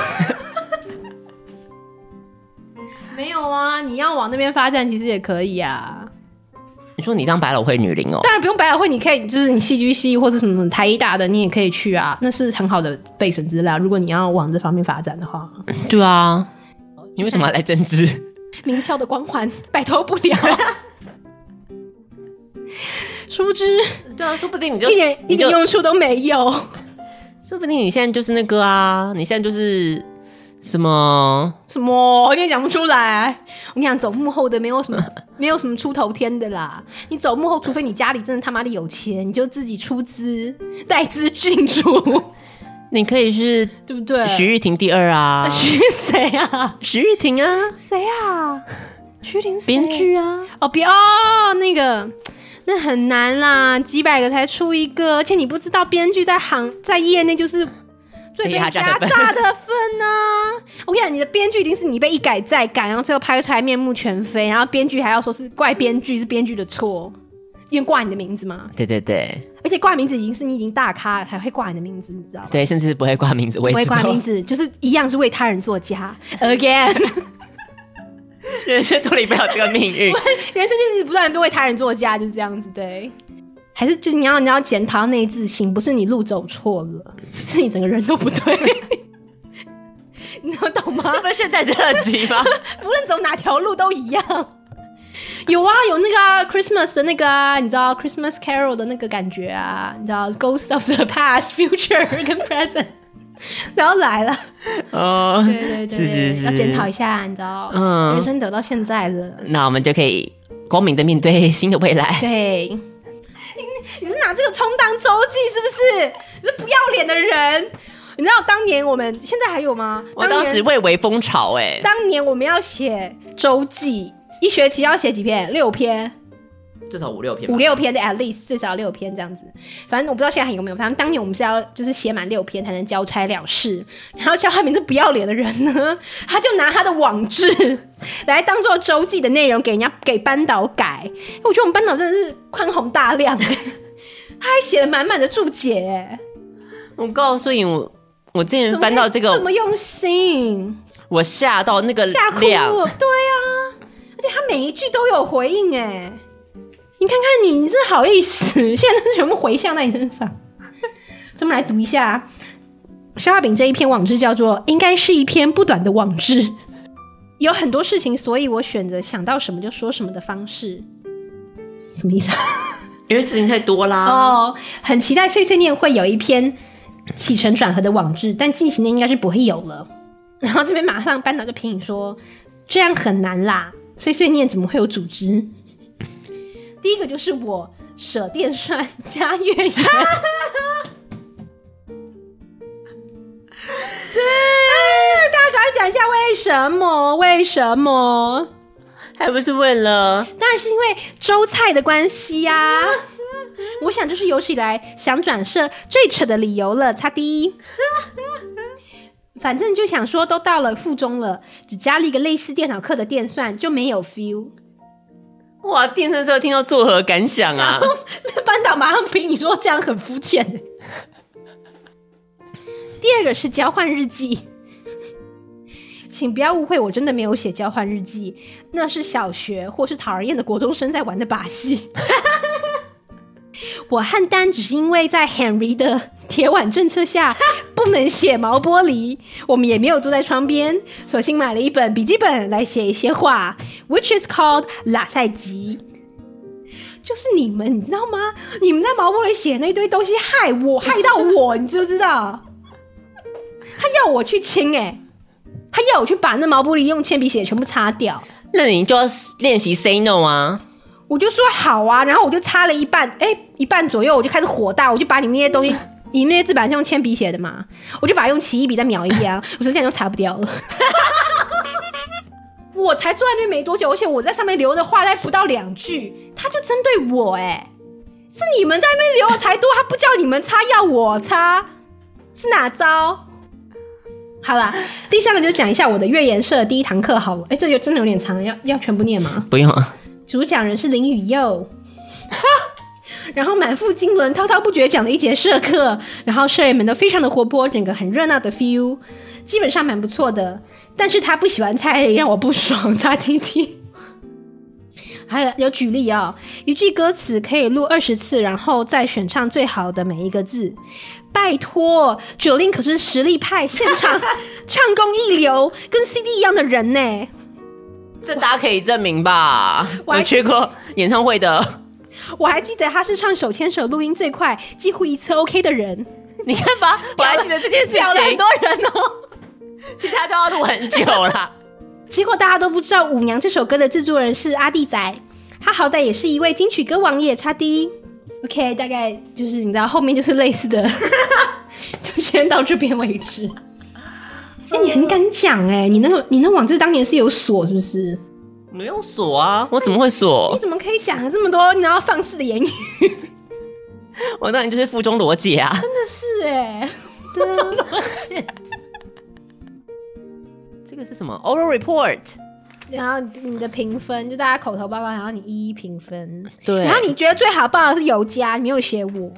没有啊，你要往那边发展，其实也可以啊。 你说你当百老汇女伶哦？ 当然不用百老汇，你可以就是你戏剧系或者什么台艺大的，你也可以去啊，那是很好的备审资料。如果你要往这方面发展的话， 对啊，你为什么要来政治？ 名校的光环摆脱不了。殊不知， 对啊，说不定你就一点一点用处都没有。 说不定你现在就是那个啊，你现在就是什么什么，我跟你讲不出来。我跟你讲，走幕后的没有什么，没有什么出头天的啦。你走幕后，除非你家里真的他妈的有钱，你就自己出资，在资进驻。 你可以是对不对？ 徐誉庭第二啊， 徐谁啊？ 徐誉庭啊， 谁啊？徐庭编剧啊？ 哦，别哦，那个。那很难啦，几百个才出一个，而且你不知道编剧在行在业内就是最被压榨的分呢、啊。我跟你讲，你的编剧一定是你被一改再改，然后最后拍出来面目全非，然后编剧还要说是怪编剧，是编剧的错，因为挂你的名字嘛。 对对对， 而且挂名字已经是你已经大咖了才会挂你的名字，你知道吗？ 对，甚至不会挂名字，我也知道不会挂名字，就是一样是为他人作家 again。 人生脱离不了这个命运， 人生就是不断的为他人作家，就是这样子。对，还是就是你要你要检讨内自省，不是你路走错了，是你整个人都不对。你能懂吗？ 这不是现代特辑吗？ 不论走哪条路都一样。有啊，有那个、啊、Christmas 的那个啊，你知道 Christmas Carol 的那个感觉啊，你知道 Ghost of the Past, Future 跟 Present。然后来了， 哦， 对对对， 是是是， 要检讨一下，你知道，嗯，人生得到现在了， 那我们就可以光明的面对新的未来。 对，你你是拿这个充当周记是不是？你是不要脸的人。你知道当年我们现在还有吗？ 我当时蔚为风潮哎、欸， 当年我们要写周记，一学期要写几篇？六篇。 至少五六篇吧， 五六篇的 at least 最少六篇这样子。反正我不知道现在还有没有，反正当年我们是要就是写满六篇才能交差了事。然后肖汉明这不要脸的人呢，他就拿他的网志来当做周记的内容给人家给班导改。我觉得我们班导真的是宽宏大量，他还写了满满的注解。 我告诉你，我我之前翻到这个这么用心， 我吓到那个吓哭量， 了。对啊，而且他每一句都有回应哎。你看看你，你真好意思，现在全部回向在你身上。所以我们来读一下肖亚炳这一篇网志，叫做应该是一篇不短的网志。有很多事情，所以我选择想到什么就说什么的方式。什么意思啊？ 因为事情太多啦。 哦，很期待碎碎念会有一篇起承转合的网志，但进行的应该是不会有了。然后这边马上班导就评语说，这样很难啦，碎碎念怎么会有组织？第一个就是我舍电涮加月圆。对、哎，大家赶快讲一下为什么？为什么？ 还不是为了？ 当然是因为周菜的关系呀、啊。我想这是有史以来想转社最扯的理由了。擦第一。反正就想说，都到了附中了，只加了一个类似电脑课的电算，就没有 feel。 哇！电算社听到作何感想啊？ 班导马上评你说这样很肤浅。第二个是交换日记，请不要误会，我真的没有写交换日记，那是小学或是讨人厌的国中生在玩的把戏。我和丹只是因为在 Henry 的铁腕政策下不能写毛玻璃，我们也没有坐在窗边，索性买了一本笔记本来写一些话 which is called 拉塞集。就是你们你知道吗？你们在毛玻璃写那一堆东西害我，害到我，你知不知道？他要我去清哎、欸，他要我去把那毛玻璃用铅笔写全部擦掉。 那你就要练习 say no 啊。 我就说好啊，然后我就擦了一半，哎、欸，一半左右，我就开始火大，我就把你们那些东西，你们那些字板是用铅笔写的嘛，我就把它用奇异笔再描一遍啊，我说这样就擦不掉了。我才坐在那边没多久，而且我在上面留的话才不到两句，他就针对我、欸，哎，是你们在那边留的才多，他不叫你们擦，要我擦，是哪招？好啦，第三个就讲一下我的乐研社的第一堂课好了，哎、欸，这就真的有点长，要要全部念吗？ 不用啊。 主讲人是林宇佑， 然后满腹经纶滔滔不绝讲了一节社课，然后社员们都非常的活泼，整个很热闹的 feel， 基本上蛮不错的。但是他不喜欢蔡依林，让我不爽，叉 T T。还有有举例哦，一句歌词可以录二十次，然后再选唱最好的每一个字。拜托，九令可是实力派，现场唱功一流，跟 C D 一样的人呢。 这大家可以证明吧？我有去过演唱会的， 我还记得他是唱手牵手录音最快，几乎一次 OK 的人。 你看吧，我还记得这件事情， 屌了很多人哦， 其他都要录很久啦。 结果大家都不知道《舞娘》这首歌的制作人是阿弟仔，他好歹也是一位金曲歌王耶，差低。OK， 大概就是你知道后面就是类似的，就先到这边为止。哎、欸，你很敢讲哎、欸，你那个你那网志当年是有锁是不是？ 没有锁啊，我怎么会锁？ 你怎么可以讲这么多你要放肆的言语？ 我当然就是附中罗姐啊， 真的是哎、欸，对啊。 这个是什么 ？Oral report。 然后你的评分，就大家口头报告，然后你一一评分。 对。 然后你觉得最好报的是尤佳，你没有写我。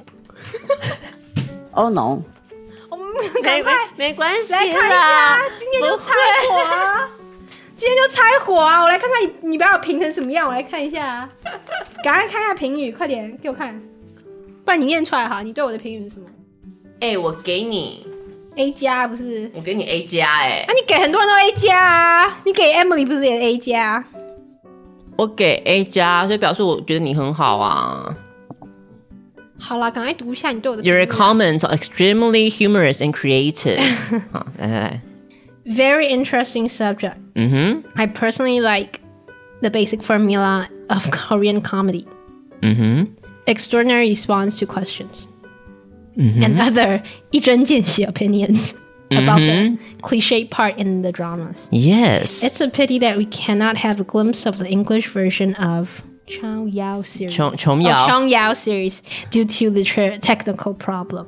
Oh no！ 我们赶快没关系， 来看一下，今天就拆火啊！今天就拆火啊！我来看看你，你把我评成什么样？我来看一下啊！赶快看一下评语，快点给我看，不然你念出来哈。你对我的评语是什么？ 哎、欸，我给你。 A 加不是？ 我给你 A 加哎， 啊，你给很多人都 A 加啊，你给 Emily 不是也 A 加？ 我给 A 加，所以表示我觉得你很好啊。 好啦，赶快读一下你对我的。 Your comments are extremely humorous and creative 。好，来来来。 Very interesting subject. 嗯哼。 I personally like the basic formula of Korean comedy. 嗯哼。 Extraordinary response to questions. Mm-hmm. And other 一针见血 opinions about mm-hmm. the cliche part in the dramas. Yes. It's a pity that we cannot have a glimpse of the English version of Chong Yao series. Chong, Chong Yao. Oh, Chong Yao series due to the tra- technical problem.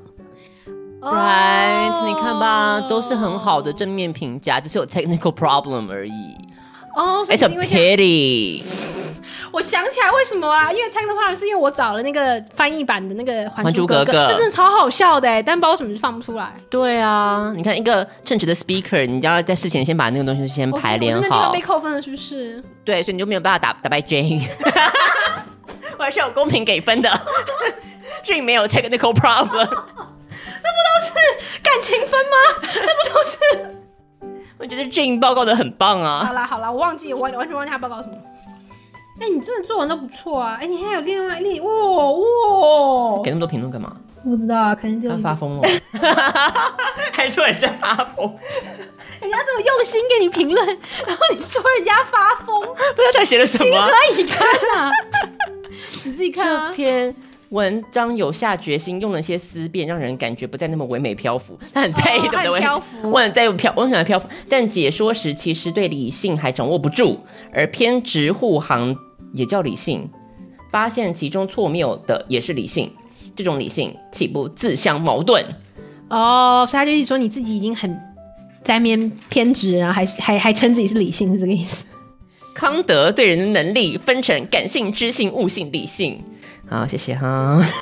Right. Oh. 你看吧，都是很好的正面评价，只是有 technical problem 而已。 哦、oh, It's a pity. 我想起来为什么啊？因为 technical problem 是因为我找了那个翻译版的那个《还珠格格》，那真的超好笑的，但不知道为什么就放不出来。 对啊，你看一个称职的 speaker， 你要在事前先把那个东西先排练好。 我是那地方被扣分了，是不是？ 对，所以你就没有办法打打败 Jane。我还是有公平给分的。Jane 没有 technical problem。 那不都是感情分吗？那不都是？ 我觉得 Jane 报告的很棒啊。 好啦好啦，我忘记，我完完全忘记他报告什么。哎、欸，你真的做完都不错啊！哎、欸，你还有另外另哇哇， 给那么多评论干嘛？ 不知道啊，可能就他发疯了，还说人家发疯， 人家这么用心给你评论，然后你说人家发疯，不知道他写了什么， 情何以堪啊！你自己看啊。 这篇文章有下决心，用了些思辨，让人感觉不再那么唯美漂浮。他很在意，对不对？ 漂浮， 我很在意漂，我很喜欢漂浮，但解说时其实对理性还掌握不住，而偏执护航也叫理性，发现其中错谬的也是理性，这种理性岂不自相矛盾？ 哦，所以他就一直说你自己已经很在面偏执，然后还还还称自己是理性，是这个意思。 康德对人的能力分成感性、知性、悟性、理性。好，谢谢哈。人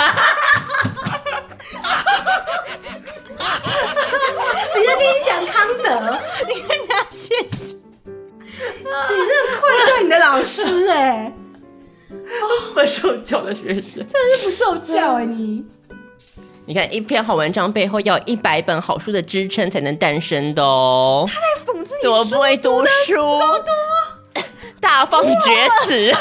家跟你讲康德，你跟人家谢谢。你真的愧对你的老师哎、欸， 不受教的学生， 真的是不受教哎、欸、你。 你看，一篇好文章背后要一百本好书的支撑才能诞生的哦。 他在讽刺你， 怎么不会读书？大放厥词。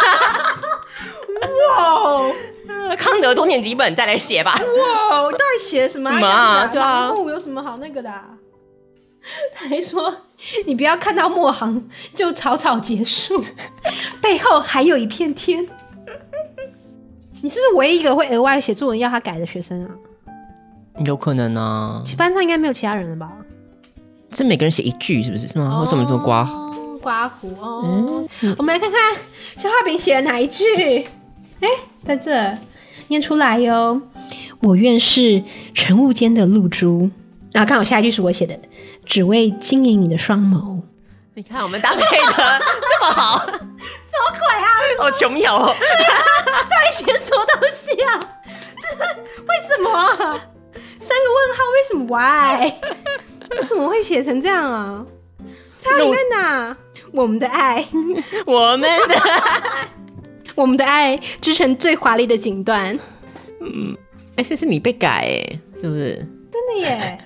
哇！康德多念几本再来写吧。 哇！我到底写了什么？ 嘛，对啊， 有什么好那个的、啊？他还说你不要看到末行就草草结束，背后还有一片天。你是不是唯一一个会额外写作文要他改的学生啊？ 有可能啊， 班上应该没有其他人了吧？ 是每个人写一句，是不是？是吗？为什么这么刮刮胡哦、嗯？我们来看看消化饼写了哪一句？哎，在这念出来哟。我愿是晨雾间的露珠。然后刚好下一句是我写的，只为经营你的双眸。 你看我们搭配的这么好， 什么鬼啊？ 好琼瑶哦！ 到底写什么东西啊？为什么啊？三个问号，为什么 why？ 为什么会写成这样啊？差异在哪？我们的爱， 我们的我们的爱织成最华丽的锦缎。 嗯，哎、欸，这是你被改哎，是不是？ 真的耶！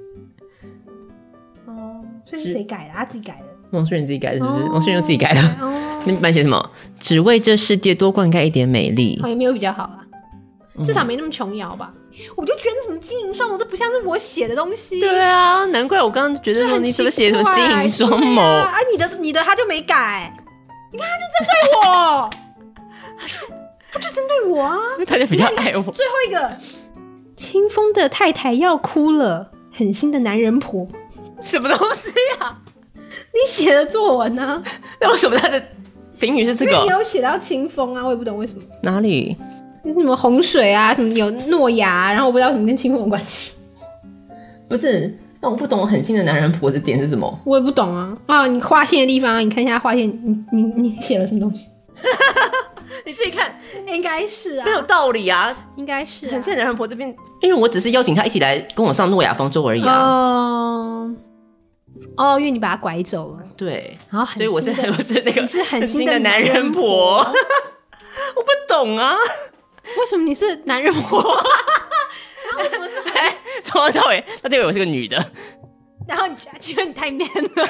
哦，所以是谁改的？他自己改的。 王诗人自己改的，是不是？王诗人又自己改的。 哦， 你班写什么？只为这世界多灌溉一点美丽。 好，也没有比较好啊，至少没那么琼瑶吧。我就觉得什么金银双眸，这不像是我写的东西。 对啊，难怪我刚刚觉得说你怎么写什么金银双眸啊？啊，你的你的他就没改，你看他就针对我，他就针对我啊， 他就比较爱我。 最后一个，清风的太太要哭了，狠心的男人婆， 什么东西啊？ 你写的作文啊？ 那为什么他的评语是这个？ 因为你有写到清风啊，我也不懂为什么。 哪里？ 什么洪水啊，什么有诺亚，然后我不知道什么跟清风有关系。 不是，那我不懂狠心的男人婆的点是什么？ 我也不懂啊。啊，你划线的地方，你看一下划线，你你你写了什么东西？ 你自己看， 应该是啊， 没有道理啊， 应该是、啊。 狠心的男人婆这边，因为我只是邀请他一起来跟我上诺亚方舟而已啊。 哦。哦，因为你把他拐走了， 对， 然后所以我是我是那个你是狠心的男人婆，我不懂啊， 为什么你是男人婆？然后为什么是？ 哎，从头到尾，他以为我是个女的， 然后你觉得你太 man 了，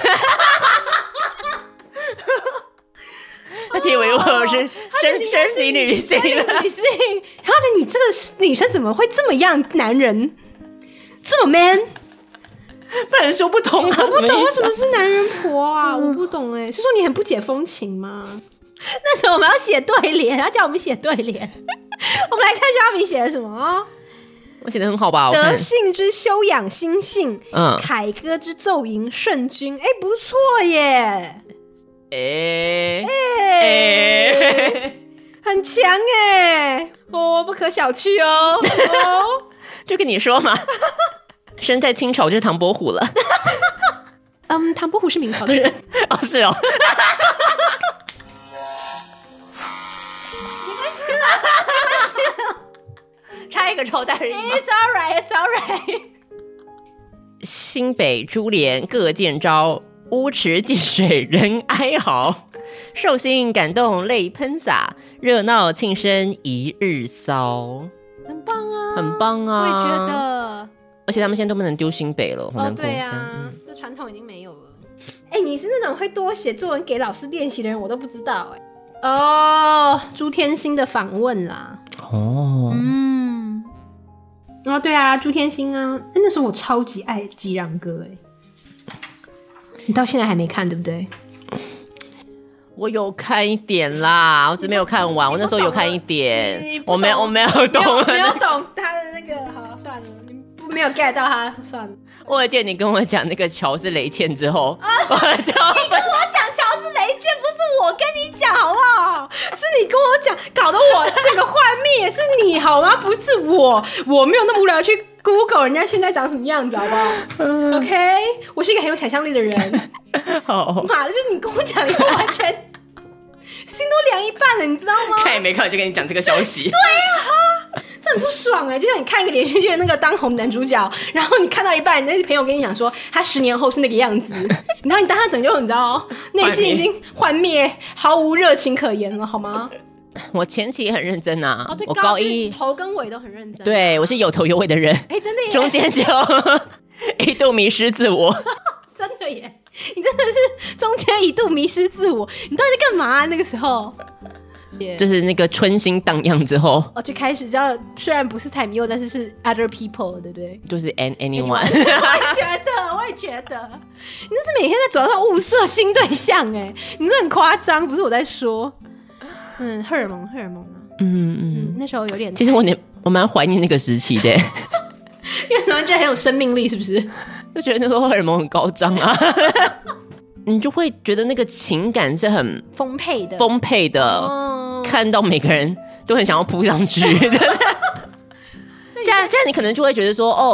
他以为我是生生理女性了， 女性，然后呢，你这个女生怎么会这么样男人，这么 man？ 不然说不通啊！ 我不懂为什么是男人婆啊！我不懂哎、欸，是说你很不解风情吗？那时候我们要写对联，他叫我们写对联。我们来看一下阿明写的什么哦。 我写的很好吧？ 德性之修养心性， 嗯， 凯歌之奏吟圣君，哎、欸，不错耶！ 哎哎、欸，很强哎！哦，不可小觑哦。哦， 就跟你说嘛。生在清朝就是唐伯虎了。 嗯，唐伯虎是明朝的人。 哦，是哦。 没关系啦，没关系啦， 差一个朝代而已嘛。 It's alright, it's alright。 新北珠帘各见招，乌池见水人哀嚎。寿星感动泪喷洒，热闹庆生一日骚。 很棒啊， 很棒啊！ 我也觉得。 而且他们现在都不能丢新北了，好难过。 哦，对啊，嗯、这传统已经没有了。哎、欸，你是那种会多写作文给老师练习的人，我都不知道哎、欸。哦，朱天心的访问啦。 哦， 嗯，哦，对啊，朱天心啊，那时候我超级爱吉壤歌哎。你到现在还没看对不对？ 我有看一点啦，我只没有看完。我那时候有看一点，我没有，我没有懂， 没有, 没有懂他的那个。好，算了，你没有 get 到他，算了。 我记得你跟我讲那个桥是雷倩之后，啊、我就你跟我讲桥是雷倩，不是我跟你讲好不好？是你跟我讲，搞得我这个幻灭是你好吗？不是我，我没有那么无聊去 Google 人家现在长什么样子，好不好、嗯、？OK， 我是一个很有想象力的人。 好， 妈的，就是你跟我讲，你完全心都凉一半了，你知道吗？ 看也没看就跟你讲这个消息。 对啊，这很不爽哎、欸！就像你看一个连续剧的那个当红男主角，然后你看到一半，你那朋友跟你讲说他十年后是那个样子，然后你当他整就你知道内心已经幻灭，毫无热情可言了，好吗？ 我前期也很认真啊， 哦、对， 我高一头跟尾都很认真、啊， 对我是有头有尾的人， 哎、欸，真的耶， 中间就一度迷失自我， 真的耶，你真的是中间一度迷失自我，你到底在干嘛、啊？那个时候。 Yeah. 就是那个春心荡漾之后， 哦，就开始叫，虽然不是蔡明佑，但是是 other people， 对不对？ 就是 an anyone。 我也觉得，我也觉得，你那是每天在走上物色新对象哎，你这很夸张，不是我在说。嗯，荷尔蒙，荷尔蒙啊。嗯嗯，那时候有点。 其实我我蛮怀念那个时期的， 因为突然觉得很有生命力，是不是？ 就觉得那时候荷尔蒙很高涨啊。你就会觉得那个情感是很丰沛的， 丰沛的，哦、看到每个人都很想要扑上去。现在，现在你可能就会觉得说，哦，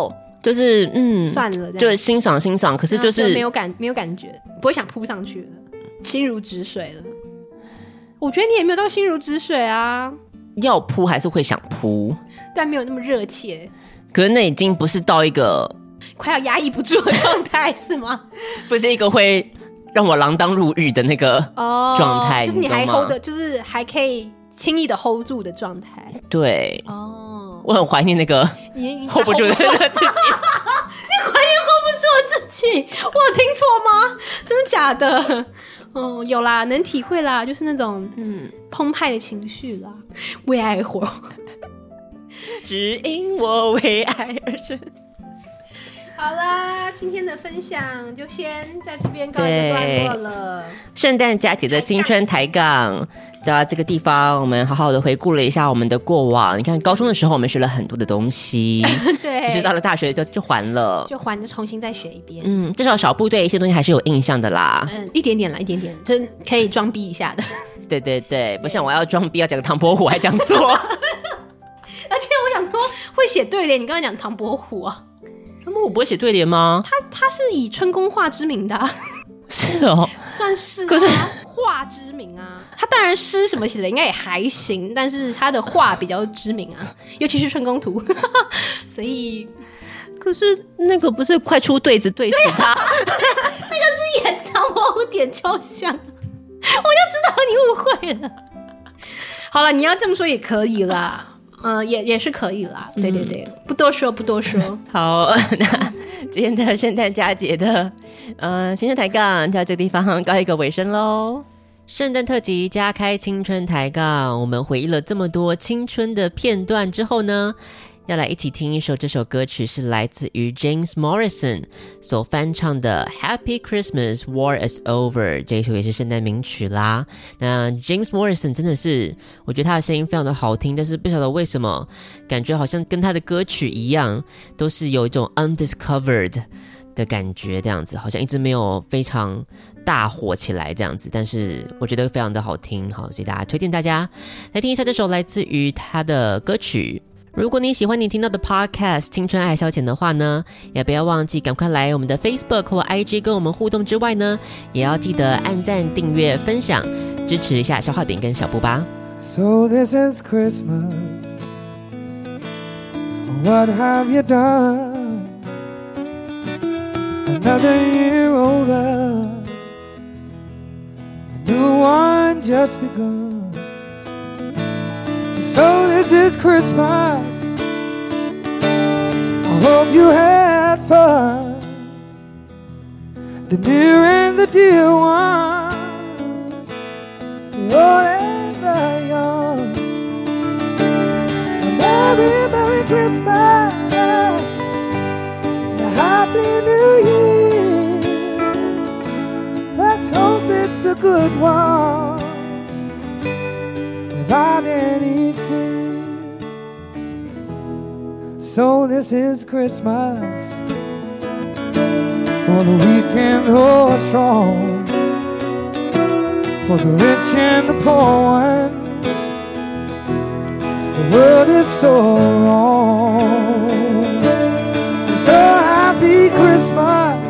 就是嗯， 算了， 就是欣赏欣赏，可是就是、 就没有感没有感觉，不会想扑上去了，心如止水了。我觉得你也没有到心如止水啊， 要扑还是会想扑， 但没有那么热切。 可是那已经不是到一个快要压抑不住的状态是吗？ 不是一个会让我锒铛入狱的那个状态、 哦，就是你还 hold 的，就是还可以轻易的 hold 住的状态。 对， 哦， 我很怀念那个 hold 不住的自己。 你怀念 hold 不住的自己？我有听错吗？真的假的？哦，有啦，能体会啦，就是那种嗯澎湃的情绪啦，为爱活， 只因我为爱而生。 好啦，今天的分享就先在这边告一个段落了。 圣诞佳节的青春抬杠，在这个地方，我们好好的回顾了一下我们的过往。你看，高中的时候我们学了很多的东西， 对， 只是到了大学就就还了， 就还就重新再学一遍。 嗯，至少小部对一些东西还是有印象的啦。 嗯，一点点啦，一点点，就是可以装逼一下的。 对对对，不像我要装逼要讲个唐伯虎还讲错。 而且我想说，会写对联，你刚刚讲唐伯虎啊。 唐伯虎不会写对联吗？ 他他是以春宫画之名的、啊， 是哦， 算是、啊。 可是画之名啊，他当然诗什么写的应该也还行，但是他的画比较知名啊，尤其是春宫图，所以， 可是那个不是快出对子对死他，啊、 那个是演唐伯虎点秋香，我就知道你误会了。好了，你要这么说也可以啦。嗯、呃，也也是可以啦，对对对，嗯、不多说，不多说。 好，那今天的圣诞佳节的，呃，青春抬杠到这个地方告一个尾声喽。圣诞特辑加开青春抬杠，我们回忆了这么多青春的片段之后呢，要来一起听一首，这首歌曲是来自于 James Morrison 所翻唱的 Happy Christmas War is Over， 这一首也是圣诞名曲啦。那 James Morrison 真的是，我觉得他的声音非常的好听，但是不晓得为什么感觉好像跟他的歌曲一样，都是有一种 undiscovered 的感觉，这样子好像一直没有非常大火起来这样子，但是我觉得非常的好听，好，所以大家推荐大家来听一下这首来自于他的歌曲。如果你喜欢你听到的 podcast 青春爱消遣的话呢，也不要忘记赶快来我们的 Facebook 或 I G 跟我们互动之外呢，也要记得按赞、订阅、分享，支持一下消化饼跟小布吧。 So this is Christmas, what have you done? Another year older, a new one just begun. So this is Christmas, I hope you had fun. The near and the dear ones, the old and the young. A Merry, Merry Christmas, a Happy New Year. Let's hope it's a good one, without any fear. So this is Christmas, for the weak and the strong, for the rich and the poor ones. The world is so wrong. So happy Christmas,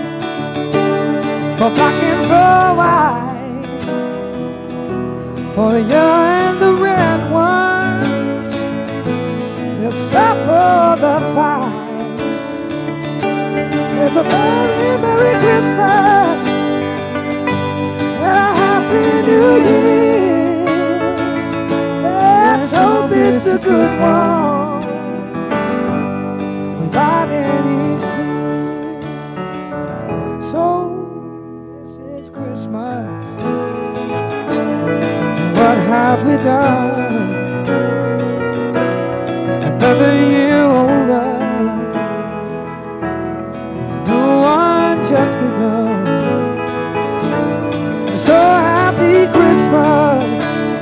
for black and for white, for the young and the red ones. They'll stop all the fights. There's a Merry, Merry Christmas and a Happy New Year. Let's hope it's a good one, without any fear. So this is Christmas, what have we done? Another year over, a new one just begun. So happy Christmas,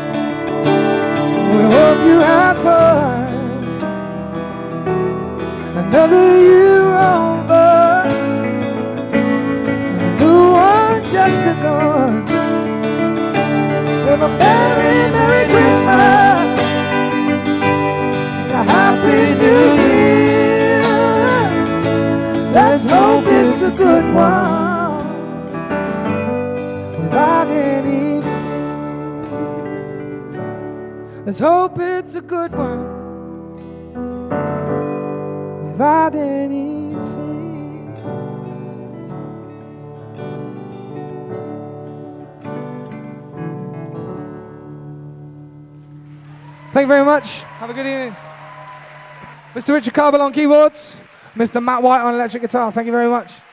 we hope you had fun. Another year over, and a new one just begun. Have a Merry, Merry Christmas, a Happy New Year. Let's hope it's a good one without anything. Let's hope it's a good one without anything. Thank you very much. Have a good evening. Mister Richard Carbell on keyboards. Mister Matt White on electric guitar. Thank you very much.